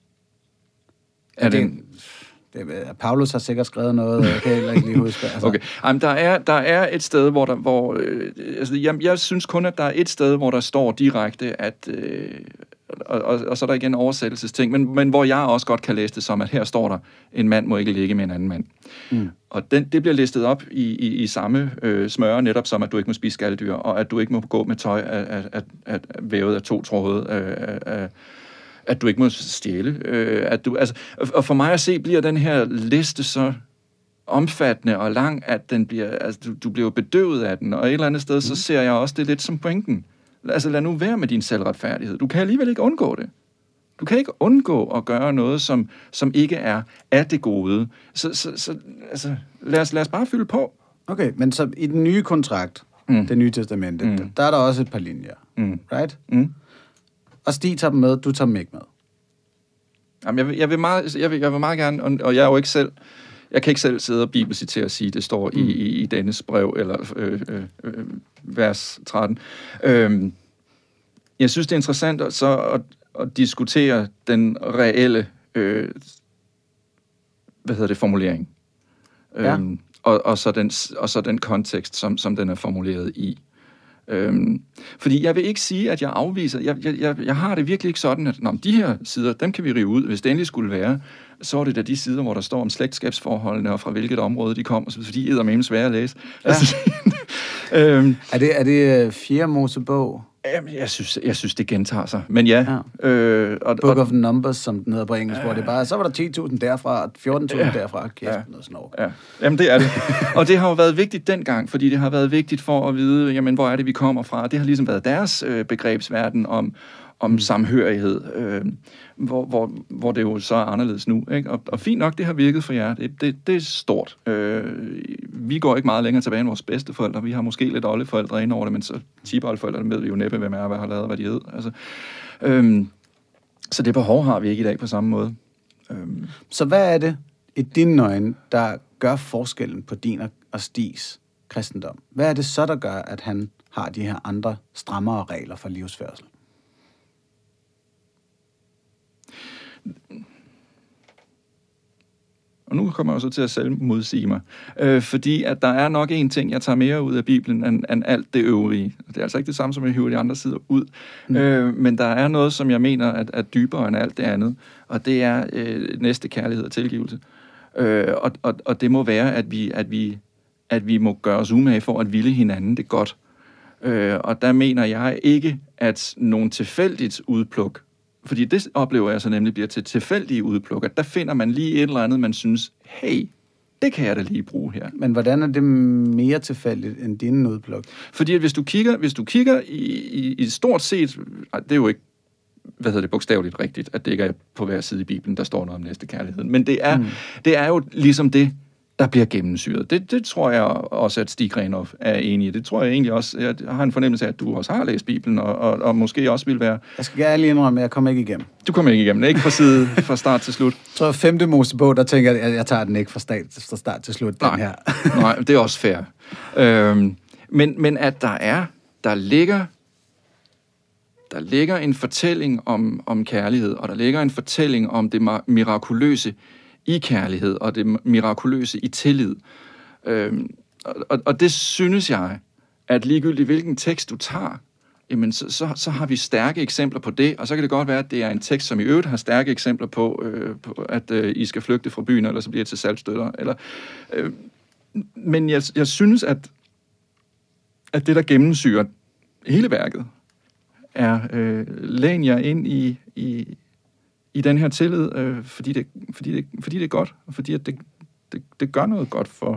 S1: Paulus har sikkert skrevet noget, jeg kan heller ikke lige huske. Altså.
S2: Okay. Jamen, der er et sted, jeg synes kun, at der er et sted, hvor der står direkte, at og så er der igen oversættelsesting, men hvor jeg også godt kan læse det som, at her står der, en mand må ikke ligge med en anden mand. Og det bliver listet op i samme smøre, netop som, at du ikke må spise skaldyr, og at du ikke må gå med tøj at vævet af 2 tråde, at du ikke må stjæle. Og for mig at se, bliver den her liste så omfattende og lang, at den bliver, du bliver bedøvet af den, og et eller andet sted, så ser jeg også det lidt som pointen. Lad nu være med din selvretfærdighed. Du kan alligevel ikke undgå det. Du kan ikke undgå at gøre noget, som ikke er af det gode. Så lad os bare fylde på.
S1: Okay, men så i den nye kontrakt, det nye testamente, der er der også et par linjer. Right? Og Stig tager dem med, du tager dem ikke med.
S2: Jamen, jeg vil meget gerne, og jeg er jo ikke selv... Jeg kan ikke selv sidde og bibelcitere og sige, at det står i Dennis brev, eller vers 13. Jeg synes, det er interessant at diskutere den reelle formulering.
S1: Ja.
S2: Og så den kontekst, som den er formuleret i. Fordi jeg vil ikke sige, at jeg afviser. Jeg har det virkelig ikke sådan, at de her sider, dem kan vi rive ud. Hvis det endelig skulle være, så er det da de sider, hvor der står om slægtskabsforholdene og fra hvilket område de kommer, så fordi er med svære at læse.
S1: Ja. Er det 4. Mosebog?
S2: Jamen, jeg synes, det gentager sig. Men ja.
S1: Book of Numbers, som den hedder på engelsk, hvor det bare, så var der 10.000 derfra, 14.000 derfra, kæft, noget sådan noget.
S2: Ja. Jamen, det er det. Og det har jo været vigtigt dengang, fordi det har været vigtigt for at vide, jamen, hvor er det, vi kommer fra. Det har ligesom været deres begrebsverden om samhørighed, hvor det jo så er anderledes nu. Ikke? Og fint nok, det har virket for jer. Det er stort. Vi går ikke meget længere tilbage end vores bedsteforældre. Vi har måske lidt oldeforældre ind over det, men så tipoldeforældre ved vi jo næppe, hvem er, hvad har lavet, hvad de hed. Altså, så det behov har vi ikke i dag på samme måde.
S1: Så hvad er det i dine øjne, der gør forskellen på din og Stigs kristendom? Hvad er det så, der gør, at han har de her andre strammere regler for livsførsel?
S2: Og nu kommer jeg så til at selv modsige mig. Fordi at der er nok en ting, jeg tager mere ud af Bibelen, end alt det øvrige. Det er altså ikke det samme, som jeg hiver de andre sider ud. Men der er noget, som jeg mener er dybere end alt det andet. Og det er næste kærlighed og tilgivelse. Og det må være, at vi må gøre os umage for at ville hinanden det godt. Og der mener jeg ikke, at nogen tilfældigt udpluk, fordi det oplever jeg så nemlig bliver til tilfældige udpluk, at der finder man lige et eller andet, man synes, hey, det kan jeg da lige bruge her.
S1: Men hvordan er det mere tilfældigt end dine udpluk?
S2: Fordi at hvis du kigger i stort set, det er jo ikke, bogstaveligt rigtigt, at det ikke er på hver side i Bibelen, der står noget om næste kærlighed. Men det er jo ligesom det, der bliver gennemsyret. Det tror jeg også, at Stig Grenov er enig i. Det tror jeg egentlig også. Jeg har en fornemmelse af, at du også har læst Bibelen, og måske også vil være...
S1: Jeg skal gerne lige indrømme, at jeg kommer ikke igennem.
S2: Du kommer ikke igennem. Ikke fra start til slut.
S1: Jeg tror, 5. Mosebog, der tænker jeg, at jeg tager den ikke fra start til slut, den her.
S2: Nej, det er også fair. Men at der ligger en fortælling om kærlighed, og der ligger en fortælling om det mirakuløse i kærlighed, og det mirakuløse i tillid. Og det synes jeg, at ligegyldigt hvilken tekst du tager, jamen så har vi stærke eksempler på det, og så kan det godt være, at det er en tekst, som i øvrigt har stærke eksempler på at I skal flygte fra byen, eller så bliver det til saltstøtter. Men jeg synes, at det, der gennemsyrer hele værket, er læn jer ind i den her tillid, fordi det er godt, og fordi at det gør noget godt for...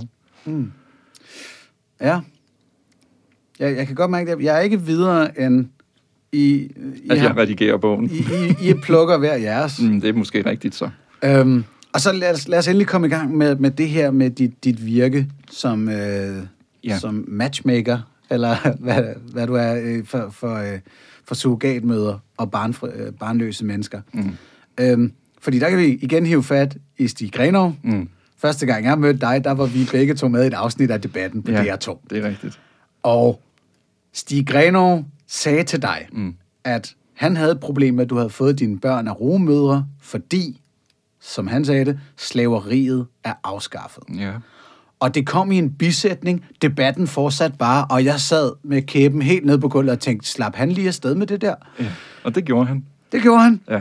S1: Ja. Jeg kan godt mærke det. Jeg er ikke videre end
S2: at jeg redigerer bogen.
S1: I plukker hver jeres.
S2: Det er måske rigtigt så.
S1: Og så lad os endelig komme i gang med det her med dit virke som matchmaker, eller hvad du er for surrogatmødre og barnløse mennesker. Fordi der kan vi igen hive fat i Stig Grenov. Første gang jeg mødte dig, der var vi begge to med i et afsnit af Debatten på DR2.
S2: Det er rigtigt.
S1: Og Stig Grenov sagde til dig, at han havde et problem med, at du havde fået dine børn af rugemødre, fordi, som han sagde det, slaveriet er afskaffet.
S2: Ja.
S1: Og det kom i en bisætning, debatten fortsatte bare, og jeg sad med kæben helt ned på gulvet og tænkte, slap han lige afsted med det der?
S2: Ja, og det gjorde han.
S1: Det gjorde han?
S2: Ja.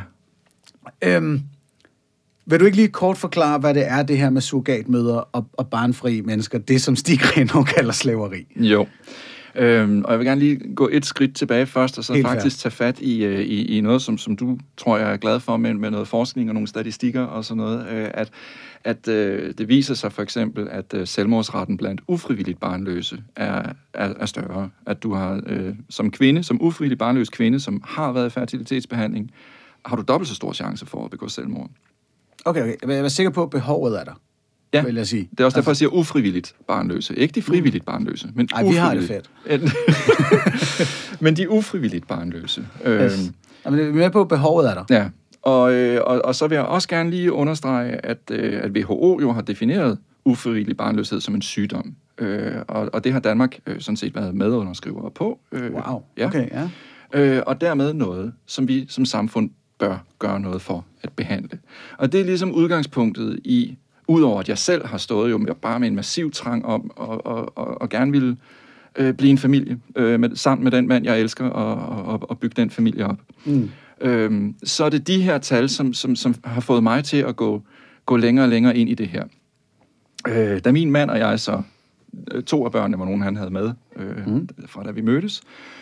S1: Vil du ikke lige kort forklare, hvad det er, det her med surrogatmødre og barnfri mennesker, det som Stig Grenov kalder slaveri?
S2: Jo. Og jeg vil gerne lige gå et skridt tilbage først, og så helt faktisk tage fat i noget, som du tror, jeg er glad for, med noget forskning og nogle statistikker og sådan noget, at det viser sig for eksempel, at selvmordsraten blandt ufrivilligt barnløse er større. At du har som kvinde, som ufrivilligt barnløs kvinde, som har været i fertilitetsbehandling, har du dobbelt så stor chance for at begå selvmord.
S1: Okay. Jeg er sikker på, at behovet er der.
S2: Ja,
S1: vil jeg sige.
S2: Det er også derfor, jeg siger ufrivilligt barnløse. Ikke de frivilligt barnløse, men
S1: ufrivilligt. Vi har det
S2: fedt. Men de ufrivilligt barnløse.
S1: Yes. Jamen, det er med på, at behovet er der.
S2: Ja, og så vil jeg også gerne lige understrege, at WHO jo har defineret ufrivillig barnløshed som en sygdom. Og det har Danmark sådan set været medunderskrivere på.
S1: Wow,
S2: ja.
S1: Okay, ja.
S2: Og dermed noget, som vi som samfund bør gøre noget for at behandle. Og det er ligesom udgangspunktet i, udover at jeg selv har stået jo bare med en massiv trang om og gerne ville blive en familie sammen med den mand, jeg elsker, og bygge den familie op. Så er det de her tal, som har fået mig til at gå længere og længere ind i det her. Da min mand og jeg så, 2 af børnene var nogen, han havde med, fra da vi mødtes,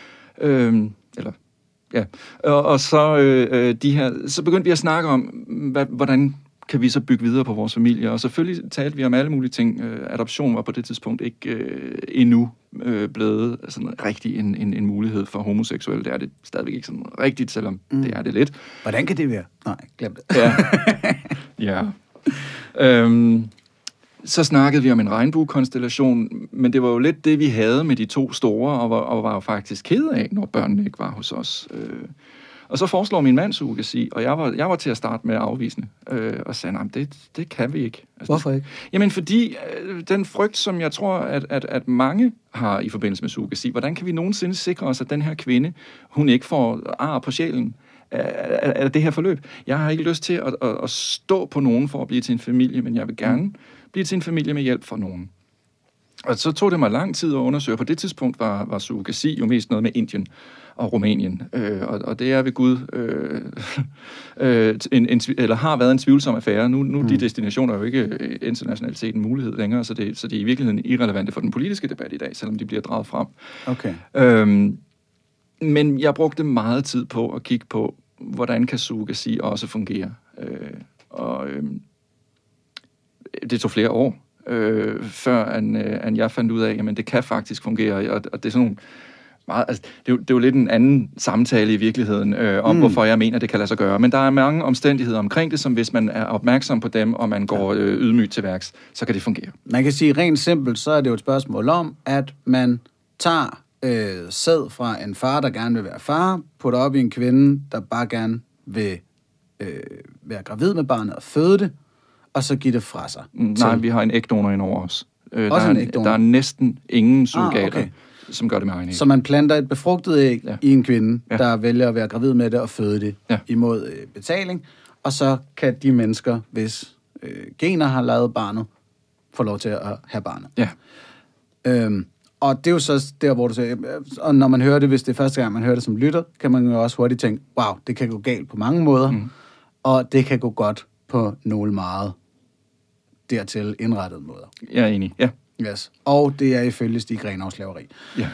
S2: og så så begyndte vi at snakke om, hvordan kan vi så bygge videre på vores familie, og selvfølgelig talte vi om alle mulige ting. Adoption var på det tidspunkt ikke endnu blevet sådan rigtig en mulighed for homoseksuelle. Det er det stadigvæk ikke sådan rigtigt, selvom det er det lidt.
S1: Hvordan kan det være? Nej, glem det.
S2: Ja. Så snakkede vi om en regnbuekonstellation, men det var jo lidt det, vi havde med de 2 store, og var jo faktisk ked af, når børnene ikke var hos os. Og så foreslår min mand surrogasi, og jeg var til at starte med afvisende, og sagde, nej, det kan vi ikke. Altså,
S1: hvorfor ikke?
S2: Jamen, fordi den frygt, som jeg tror, at mange har i forbindelse med surrogasi, hvordan kan vi nogensinde sikre os, at den her kvinde, hun ikke får ar på sjælen af det her forløb. Jeg har ikke lyst til at stå på nogen for at blive til en familie, men jeg vil gerne blive til en familie med hjælp fra nogen. Og så tog det mig lang tid at undersøge. På det tidspunkt var surrogasi jo mest noget med Indien og Rumænien. Og det er ved Gud eller har været en tvivlsom affære. Nu de destinationer er jo ikke internationalt set en mulighed længere, så de er i virkeligheden irrelevante for den politiske debat i dag, selvom de bliver draget frem.
S1: Okay.
S2: Men jeg brugte meget tid på at kigge på, hvordan kan surrogasi også fungere. Det tog flere år, før jeg fandt ud af, at det kan faktisk fungere, og det er sådan nogle meget, altså, det er jo lidt en anden samtale i virkeligheden, om hvorfor jeg mener, det kan lade sig gøre. Men der er mange omstændigheder omkring det, som hvis man er opmærksom på dem, og man går ydmygt til værks, så kan det fungere.
S1: Man kan sige rent simpelt, så er det jo et spørgsmål om, at man tager sæd fra en far, der gerne vil være far, putter op i en kvinde, der bare gerne vil være gravid med barnet og føde det, og så give det fra sig.
S2: Nej, vi har en ægdonor ind over os. Der er næsten ingen surrogater, som gør det med egen æg.
S1: Så man planter et befrugtet æg i en kvinde, der vælger at være gravid med det og føde det imod betaling, og så kan de mennesker, hvis gener har lavet barnet, få lov til at have barnet.
S2: Ja.
S1: Og det er jo så der, hvor du siger, og når man hører det, hvis det er første gang, man hører det som lytter, kan man jo også hurtigt tænke, wow, det kan gå galt på mange måder, og det kan gå godt på nogle meget dertil indrettede måder.
S2: Jeg er enig, ja.
S1: Yes. Og det er ifølge Stig Grenaaws slaveri.
S2: Ja.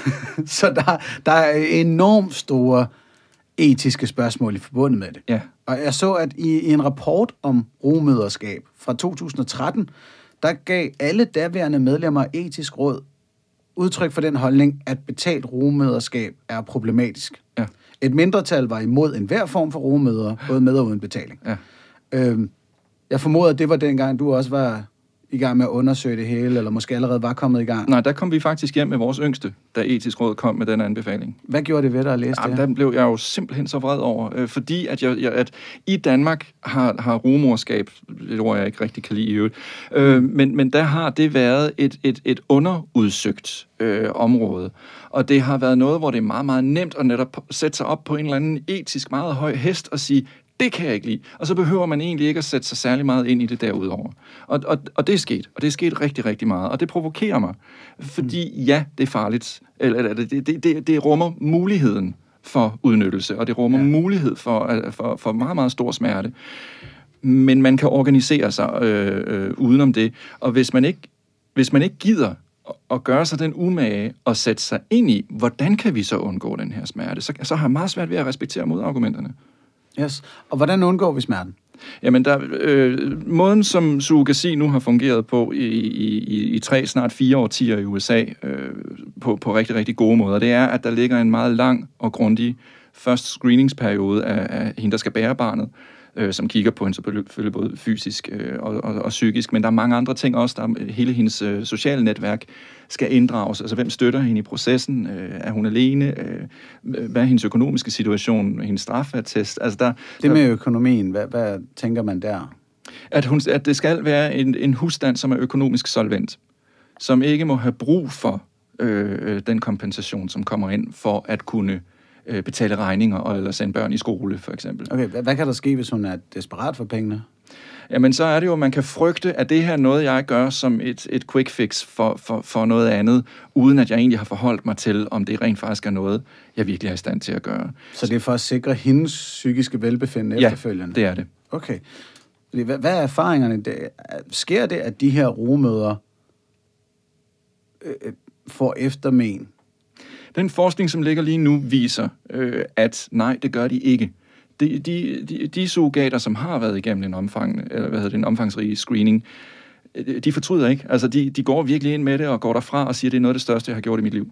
S1: Så der er enormt store etiske spørgsmål i forbundet med det.
S2: Ja.
S1: Og jeg så, at i en rapport om rugemøderskab fra 2013, der gav alle daværende medlemmer af etisk råd udtryk for den holdning, at betalt rugemøderskab er problematisk.
S2: Ja.
S1: Et mindretal var imod enhver form for rugemøder, både med og uden betaling.
S2: Ja.
S1: Jeg formoder, at det var dengang, du også var i gang med at undersøge det hele, eller måske allerede var kommet i gang.
S2: Nej, der kom vi faktisk hjem med vores yngste, da Etisk Råd kom med den anbefaling.
S1: Hvad gjorde det ved dig at læse det?
S2: Den blev jeg jo simpelthen så vred over, fordi at i Danmark har rugemorskab, det ord jeg ikke rigtig kan lide i øvrigt, men der har det været et underudsøgt område. Og det har været noget, hvor det er meget, meget nemt at netop sætte sig op på en eller anden etisk meget høj hest og sige, det kan jeg ikke lide. Og så behøver man egentlig ikke at sætte sig særlig meget ind i det derudover. Og det er sket. Og det er sket rigtig, rigtig meget. Og det provokerer mig. Fordi ja, det er farligt. Eller det rummer muligheden for udnyttelse. Og det rummer mulighed for meget, meget stor smerte. Men man kan organisere sig udenom det. Og hvis man ikke gider at gøre sig den umage og sætte sig ind i, hvordan kan vi så undgå den her smerte, så har jeg meget svært ved at respektere modargumenterne.
S1: Yes. Og hvordan undgår vi smerten?
S2: Jamen, måden som surrogasi nu har fungeret på i 3, snart 4 årtier i USA, på rigtig, rigtig gode måder, det er, at der ligger en meget lang og grundig først screeningsperiode af hende, der skal bære barnet, som kigger på hende selvfølgelig både fysisk og psykisk, men der er mange andre ting også. Der hele hendes sociale netværk skal inddrages. Altså, hvem støtter hende i processen? Er hun alene? Hvad er hendes økonomiske situation? Hendes strafattest? Altså,
S1: det med økonomien, hvad tænker man der?
S2: At det skal være en husstand, som er økonomisk solvent, som ikke må have brug for den kompensation, som kommer ind for at kunne betale regninger eller sende børn i skole, for eksempel.
S1: Okay, hvad kan der ske, hvis hun er desperat for pengene?
S2: Jamen, så er det jo, at man kan frygte, at det her er noget, jeg gør som et quick fix for noget andet, uden at jeg egentlig har forholdt mig til, om det rent faktisk er noget, jeg virkelig er i stand til at gøre.
S1: Så det er for at sikre hendes psykiske velbefindende efterfølgende?
S2: Ja, det er det.
S1: Okay. Hvad er erfaringerne? Sker det, at de her rugemødre får eftermen?
S2: Den forskning, som ligger lige nu, viser, at nej, det gør de ikke. De surrogater, som har været igennem en omfangsrig screening, de fortryder ikke. Altså, de går virkelig ind med det og går derfra og siger, det er noget af det største, jeg har gjort i mit liv.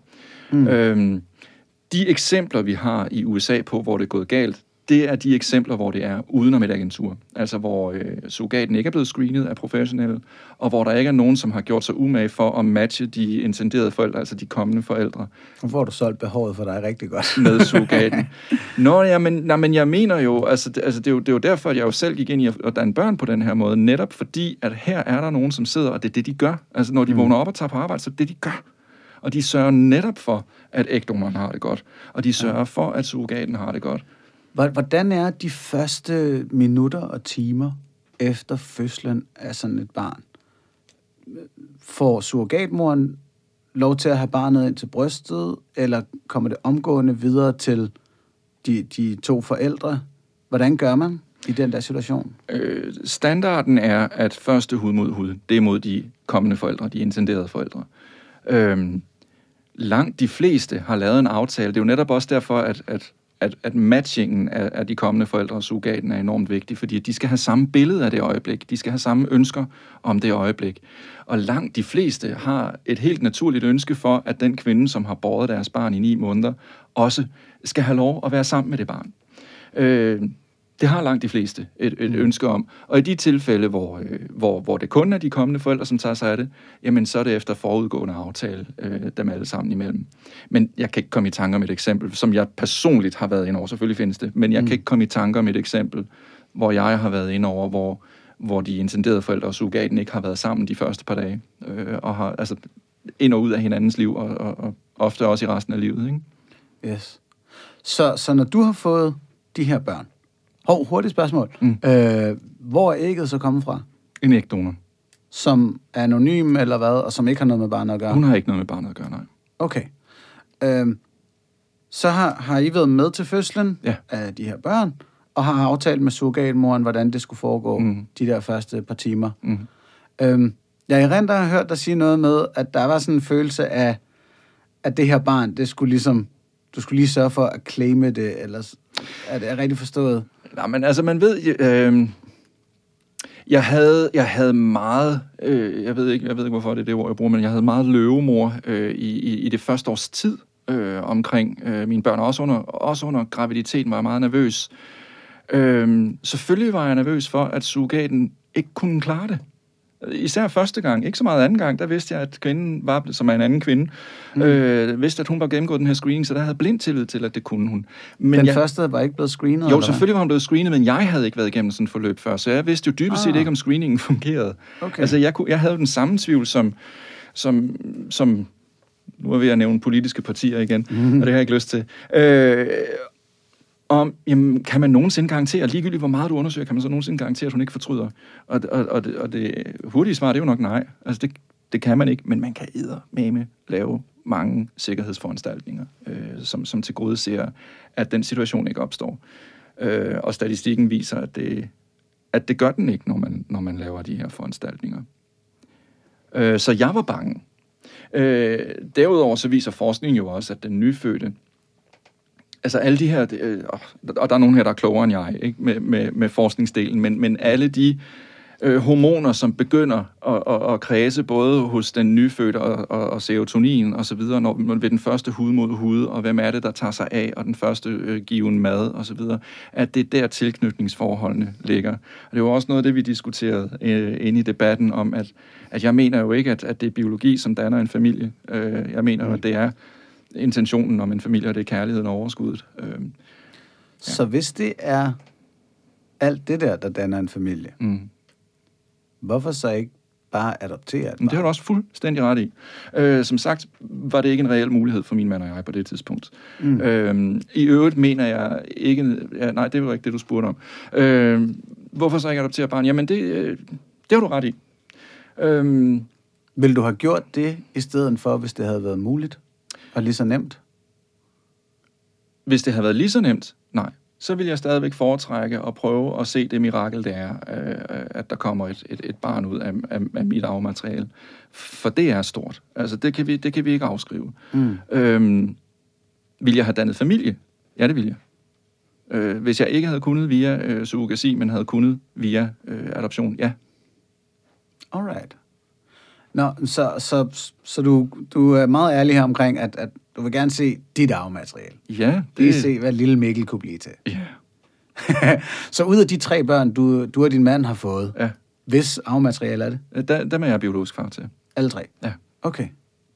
S2: De eksempler, vi har i USA på, hvor det er gået galt, det er de eksempler, hvor det er udenom et agentur. Altså, hvor surrogaten ikke er blevet screenet af professionelle, og hvor der ikke er nogen, som har gjort sig umage for at matche de intenderede forældre, altså de kommende forældre.
S1: Og hvor har du solgt behovet for dig rigtig godt.
S2: Med surrogaten. Men jeg mener jo, det er jo derfor, at jeg jo selv gik ind i at danne børn på den her måde, netop fordi, at her er der nogen, som sidder, og det er det, de gør. Altså, når de vågner op og tager på arbejde, så er det det, de gør. Og de sørger netop for, at ægdonoren har det godt. Og de sørger for, at surrogaten har det godt.
S1: Hvordan er de første minutter og timer efter fødslen af sådan et barn? Får surrogatmoren lov til at have barnet ind til brystet, eller kommer det omgående videre til de to forældre? Hvordan gør man i den der situation?
S2: Standarden er, at første hud mod hud, det er mod de kommende forældre, de intenderede forældre. Langt de fleste har lavet en aftale. Det er jo netop også derfor, at matchingen af de kommende forældre og surrogaten er enormt vigtig, fordi de skal have samme billede af det øjeblik. De skal have samme ønsker om det øjeblik. Og langt de fleste har et helt naturligt ønske for, at den kvinde, som har båret deres barn i 9 måneder, også skal have lov at være sammen med det barn. Det har langt de fleste et ønske om. Og i de tilfælde, hvor det kun er de kommende forældre, som tager sig af det, jamen så er det efter forudgående aftale dem alle sammen imellem. Men jeg kan ikke komme i tanker om et eksempel, som jeg personligt har været inde over. Selvfølgelig findes det, men jeg kan ikke komme i tanker om et eksempel, hvor jeg har været inde over, hvor de intenderede forældre og surrogaten ikke har været sammen de første par dage, og har altså ind og ud af hinandens liv, og ofte også i resten af livet. Ikke?
S1: Yes. Så når du har fået de her børn, hurtigt spørgsmål. Hvor er ægget så kommet fra?
S2: En ægdonor.
S1: Som er anonym eller hvad, og som ikke har noget med barnet at gøre?
S2: Hun har ikke noget med barnet at gøre, nej.
S1: Okay. Så har I været med til fødslen af de her børn, og har aftalt med surrogatmoren, hvordan det skulle foregå de der første par timer. Jeg erindrer har hørt dig sige noget med, at der var sådan en følelse af, at det her barn, det skulle ligesom, du skulle lige sørge for at claime det, eller er det rigtig forstået?
S2: Nej, men altså, man ved, jeg havde meget, jeg ved ikke, hvorfor det er det ord, jeg bruger, men jeg havde meget løvemor i det første års tid omkring mine børn, også under graviditeten var jeg meget nervøs. Selvfølgelig var jeg nervøs for, at surrogaten ikke kunne klare det. Især første gang, ikke så meget anden gang, der vidste jeg, at kvinden var, som er en anden kvinde, vidste, at hun var gennemgået den her screening, så der havde blind tillid til, at det kunne hun. Men
S1: den første var ikke blevet screenet?
S2: Jo, selvfølgelig var hun blevet screenet, men jeg havde ikke været igennem sådan et forløb før, så jeg vidste jo dybest set ikke, om screeningen fungerede. Okay. Altså, jeg havde den samme tvivl, som nu er vi at nævne politiske partier igen, og det har jeg ikke lyst til. Jamen, kan man nogensinde garantere, ligegyldigt hvor meget du undersøger, kan man så nogensinde garantere, at hun ikke fortryder? Og det hurtige svar, det er jo nok nej. Altså, det kan man ikke, men man kan eddermame lave mange sikkerhedsforanstaltninger, som til gode ser, at den situation ikke opstår. Og statistikken viser, at det gør den ikke, når man laver de her foranstaltninger. Så jeg var bange. Derudover så viser forskningen jo også, at den nyfødte, altså alle de her, og der er nogen her, der er klogere end jeg, ikke? Med forskningsdelen, men alle de hormoner, som begynder at kredse både hos den nyfødte og serotonin og så videre, når ved den første hud mod hud, og hvem er det, der tager sig af, og den første given mad og så videre, at det er der tilknytningsforholdene ligger. Og det er jo også noget af det, vi diskuterede inde i debatten om, at jeg mener jo ikke, at det er biologi, som danner en familie. Jeg mener jo, at det er intentionen om en familie, og det er kærligheden og overskuddet.
S1: Så hvis det er alt det der danner en familie, hvorfor så ikke bare adoptere det?
S2: Det har du også fuldstændig ret i. Som sagt, var det ikke en reel mulighed for min mand og jeg på det tidspunkt. I øvrigt mener jeg ikke... Ja, nej, det var ikke det, du spurgte om. Hvorfor så ikke adoptere barn? Jamen, det har du ret i.
S1: Vil du have gjort det, i stedet for, hvis det havde været muligt? Og lige så nemt?
S2: Hvis det havde været lige så nemt, nej. Så vil jeg stadigvæk foretrække at prøve at se det mirakel, det er, at der kommer et barn ud af mit arvemateriale. For det er stort. Altså, det kan vi ikke afskrive. Vil jeg have dannet familie? Ja, det vil jeg. Hvis jeg ikke havde kunnet via surrogasi, men havde kunnet via adoption, ja.
S1: Alright. Nå, så du er meget ærlig her omkring, at du vil gerne se dit arvemateriale.
S2: Ja.
S1: Lige se, hvad lille Mikkel kunne blive til.
S2: Ja.
S1: Så ud af de 3 børn, du og din mand har fået,
S2: ja.
S1: Hvis arvemateriale er det?
S2: Dem er jeg biologisk far til.
S1: Alle 3?
S2: Ja.
S1: Okay.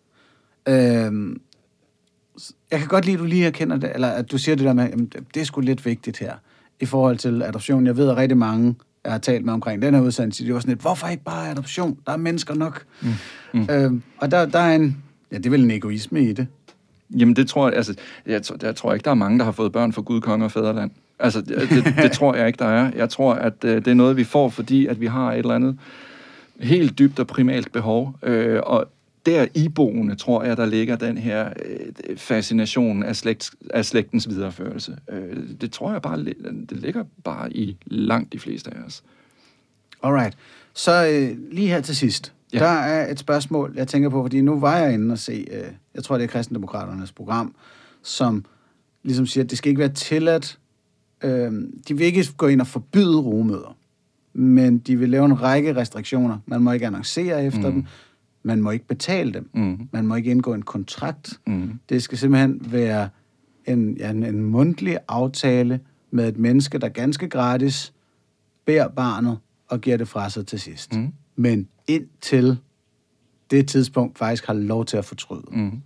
S1: Jeg kan godt lide, at du lige erkender det, eller at du siger det der med, jamen, det er sgu lidt vigtigt her, i forhold til adoption. Jeg ved, at rigtig mange, jeg har talt med omkring den her udsendelse, det var sådan lidt, hvorfor ikke bare adoption? Der er mennesker nok. Og der er det er vel en egoisme i det.
S2: Jamen det tror jeg, altså, jeg tror ikke, der er mange, der har fået børn for Gud, konge og fædreland. Altså, det tror jeg ikke, der er. Jeg tror, at det er noget, vi får, fordi at vi har et eller andet helt dybt og primalt behov. Og der iboende, tror jeg, der ligger den her fascination af slægtens videreførelse. Det tror jeg bare, det ligger bare i langt de fleste af os.
S1: Alright. Så lige her til sidst. Ja. Der er et spørgsmål, jeg tænker på, fordi nu var jeg inde og se, jeg tror, det er Kristendemokraternes program, som ligesom siger, at det skal ikke være tilladt. De vil ikke gå ind og forbyde rugemøder, men de vil lave en række restriktioner. Man må ikke annoncere efter dem. Man må ikke betale dem. Man må ikke indgå en kontrakt. Det skal simpelthen være en mundtlig aftale med et menneske, der ganske gratis beder barnet og giver det fra sig til sidst. Men indtil det tidspunkt faktisk har lov til at fortryde.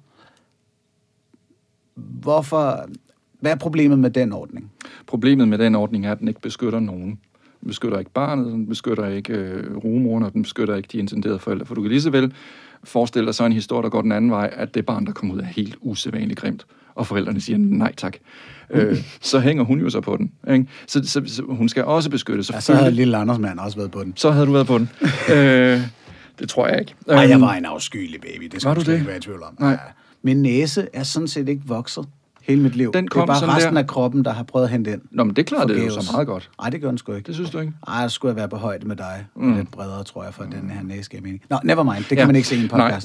S1: Hvad er problemet med den ordning?
S2: Problemet med den ordning er, at den ikke beskytter nogen. Den beskytter ikke barnet, den beskytter ikke rugemoren, og den beskytter ikke de intenderede forældre. For du kan lige så vel forestille dig så en historie, der går den anden vej, at det barn, der kommer ud, er helt usædvanligt grimt, og forældrene siger nej tak. Så hænger hun jo så på den. Ikke? Så hun skal også beskyttes.
S1: Ja, så havde lille Anders mand også været på den.
S2: Så havde du været på den. Det tror jeg ikke.
S1: Nej, jeg var en afskyelig baby. Det skal du ikke være i tvivl om.
S2: Nej.
S1: Ja. Min næse er sådan set ikke vokset hele mit liv. Det er bare resten af kroppen, der har prøvet at hente ind.
S2: Nå, men det klarer det jo så meget godt.
S1: Nej, det gør den sgu ikke.
S2: Det synes du ikke?
S1: Nej, jeg skulle have været på højde med dig. Lidt bredere, tror jeg, for den her næse, skal jeg mene. Nå, never mind. Det kan man ikke se i en podcast.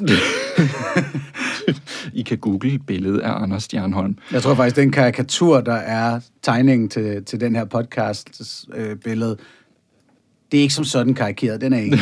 S2: I kan google billedet af Anders Stjernholm.
S1: Jeg tror faktisk, den karikatur, der er tegningen til den her podcast billede, det er ikke som sådan karikeret. Den er ikke.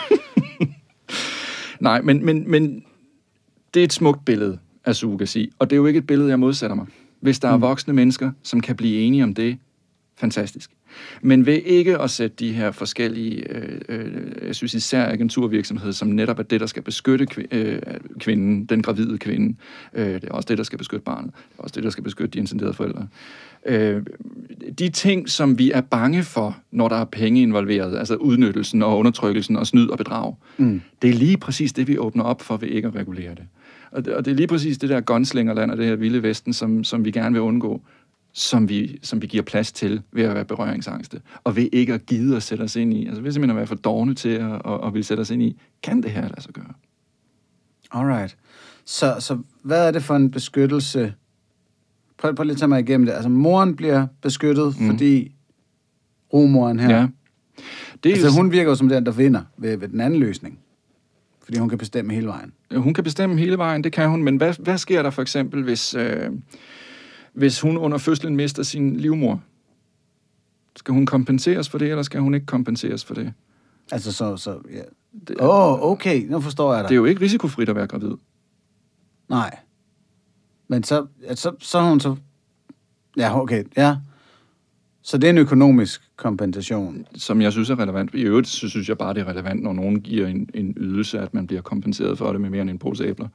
S2: Nej, men det er et smukt billede af surrogasi, og det er jo ikke et billede, jeg modsætter mig. Hvis der er voksne mennesker, som kan blive enige om det, fantastisk. Men ved ikke at sætte de her forskellige, jeg synes især agenturvirksomheder, som netop er det, der skal beskytte kvinden, den gravide kvinde, det er også det, der skal beskytte barnet, det er også det, der skal beskytte de intenderede forældre. De ting, som vi er bange for, når der er penge involveret, altså udnyttelsen og undertrykkelsen og snyd og bedrag, det er lige præcis det, vi åbner op for ved ikke at regulere det. Og det er lige præcis det der gunslingerland og det her vilde vesten, som vi gerne vil undgå, som vi giver plads til ved at være berøringsangste, og ved ikke at gide at sætte os ind i. Altså ved simpelthen at være for dårne til at ville sætte os ind i, kan det her lade sig gøre?
S1: Alright. Så hvad er det for en beskyttelse? Prøv lige at tage mig igennem det. Altså moren bliver beskyttet, fordi rugemoren her.
S2: Ja.
S1: Hun virker jo som den, der vinder ved den anden løsning. Fordi hun kan bestemme hele vejen.
S2: Hun kan bestemme hele vejen, det kan hun. Men hvad sker der for eksempel, hvis hun under fødslen mister sin livmor? Skal hun kompenseres for det, eller skal hun ikke kompenseres for det?
S1: Altså ja. Okay, nu forstår jeg dig.
S2: Det er jo ikke risikofrit at være gravid.
S1: Nej. Men så er hun så... Ja, okay, ja. Så det er en økonomisk kompensation?
S2: Som jeg synes er relevant. I øvrigt så synes jeg bare, det er relevant, når nogen giver en ydelse, at man bliver kompenseret for det med mere end en pose æbler.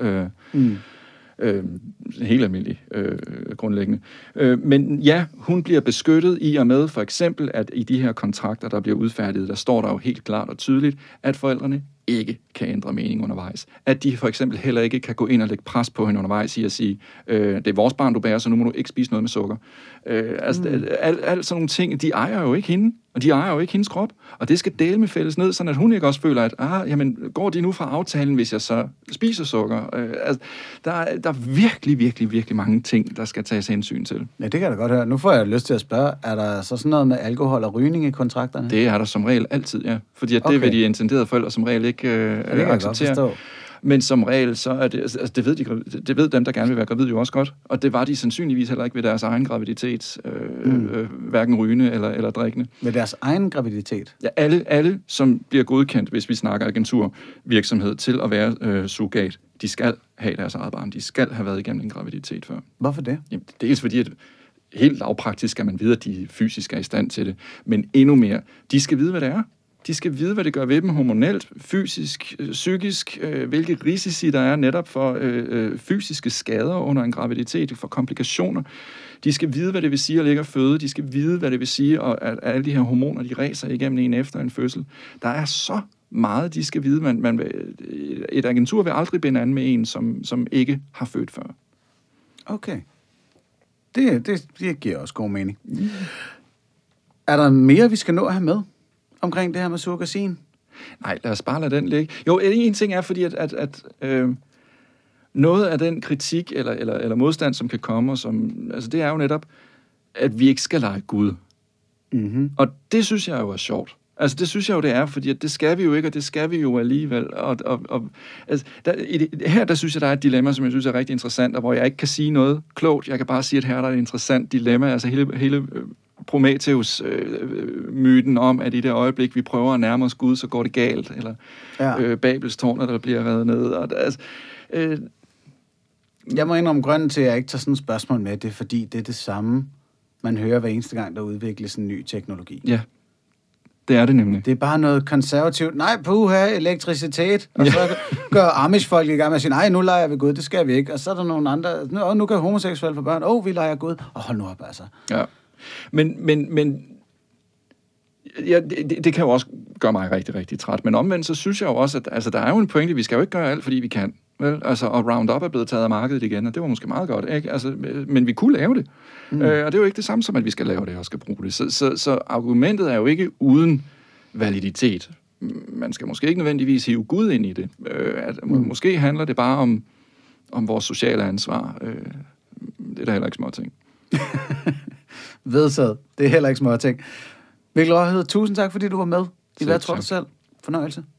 S2: Helt almindeligt grundlæggende. Men ja, hun bliver beskyttet i og med for eksempel, at i de her kontrakter, der bliver udfærdiget, der står der jo helt klart og tydeligt, at forældrene ikke kan ændre mening undervejs. At de for eksempel heller ikke kan gå ind og lægge pres på hende undervejs i at sige, det er vores barn, du bærer, så nu må du ikke spise noget med sukker. Alt sådan nogle ting, de ejer jo ikke hende, og de ejer jo ikke hendes krop, og det skal dele med fælles ned, sådan at hun ikke også føler, at jamen, går de nu fra aftalen, hvis jeg så spiser sukker? Der er virkelig, virkelig, virkelig mange ting, der skal tages hensyn til.
S1: Ja, det kan jeg da godt høre. Nu får jeg lyst til at spørge, er der så sådan noget med alkohol og rygning i kontrakterne?
S2: Det er der som regel altid, ja. Fordi at det vil de intenderede forældre som regel ikke acceptere. Men som regel, så er det, altså det ved dem, der gerne vil være gravid jo også godt, og det var de sandsynligvis heller ikke ved deres egen graviditet, hverken rygende eller drikkende.
S1: Ved deres egen graviditet?
S2: Ja, alle, som bliver godkendt, hvis vi snakker agenturvirksomhed, til at være surrogat, de skal have deres eget barn, de skal have været igennem en graviditet før.
S1: Hvorfor det?
S2: Jamen, dels fordi, at helt lavpraktisk skal man vide, at de fysisk er i stand til det, men endnu mere, de skal vide, hvad det er. De skal vide, hvad det gør ved dem hormonelt, fysisk, psykisk, hvilke risici der er netop for fysiske skader under en graviditet, for komplikationer. De skal vide, hvad det vil sige at ligge og føde. De skal vide, hvad det vil sige, at alle de her hormoner, de ræser igennem en efter en fødsel. Der er så meget, de skal vide. Et agentur vil aldrig binde an med en, som ikke har født før.
S1: Okay. Det giver også god mening. Er der mere, vi skal nå at have med omkring det her med surrogatin?
S2: Nej, lad os bare lade den ligge. Jo, en ting er, fordi at noget af den kritik eller modstand, som kan komme, altså det er jo netop, at vi ikke skal lege Gud.
S1: Mm-hmm.
S2: Og det synes jeg jo er sjovt. Altså, det synes jeg jo, det er, fordi det skal vi jo ikke, og det skal vi jo alligevel. Altså, der synes jeg, der er et dilemma, som jeg synes er rigtig interessant, og hvor jeg ikke kan sige noget klogt. Jeg kan bare sige, at her der er et interessant dilemma. Altså, hele Prometheus-myten om, at i det øjeblik, vi prøver at nærme os Gud, så går det galt. Eller Babels tårner, der bliver revet ned. Og,
S1: jeg må indrømme grunden til, at jeg ikke tager sådan et spørgsmål med det, fordi det er det samme, man hører hver eneste gang, der udvikles en ny teknologi.
S2: Ja, det er det nemlig.
S1: Det er bare noget konservativt. Nej, puha, elektricitet. Og så gør Amish-folk i gang med at sige, nej, nu leger vi Gud, det skal vi ikke. Og så er der nogle andre, nu kan homoseksuelle få børn, vi leger Gud. Hold nu op, altså.
S2: Ja, men ja, det kan jo også gøre mig rigtig, rigtig træt. Men omvendt, så synes jeg jo også, at altså, der er jo en pointe, vi skal jo ikke gøre alt, fordi vi kan. Vel? Altså, og Roundup er blevet taget af markedet igen, og det var måske meget godt, ikke? Altså, men vi kunne lave det. Og det er jo ikke det samme som, at vi skal lave det og skal bruge det. Så argumentet er jo ikke uden validitet. Man skal måske ikke nødvendigvis hive Gud ind i det. Måske handler det bare om vores sociale ansvar. Det er da heller ikke små ting.
S1: Vedtaget. Det er heller ikke små ting. Mikkel Rørhed, tusind tak, fordi du var med. Hvad tror du selv? Fornøjelse.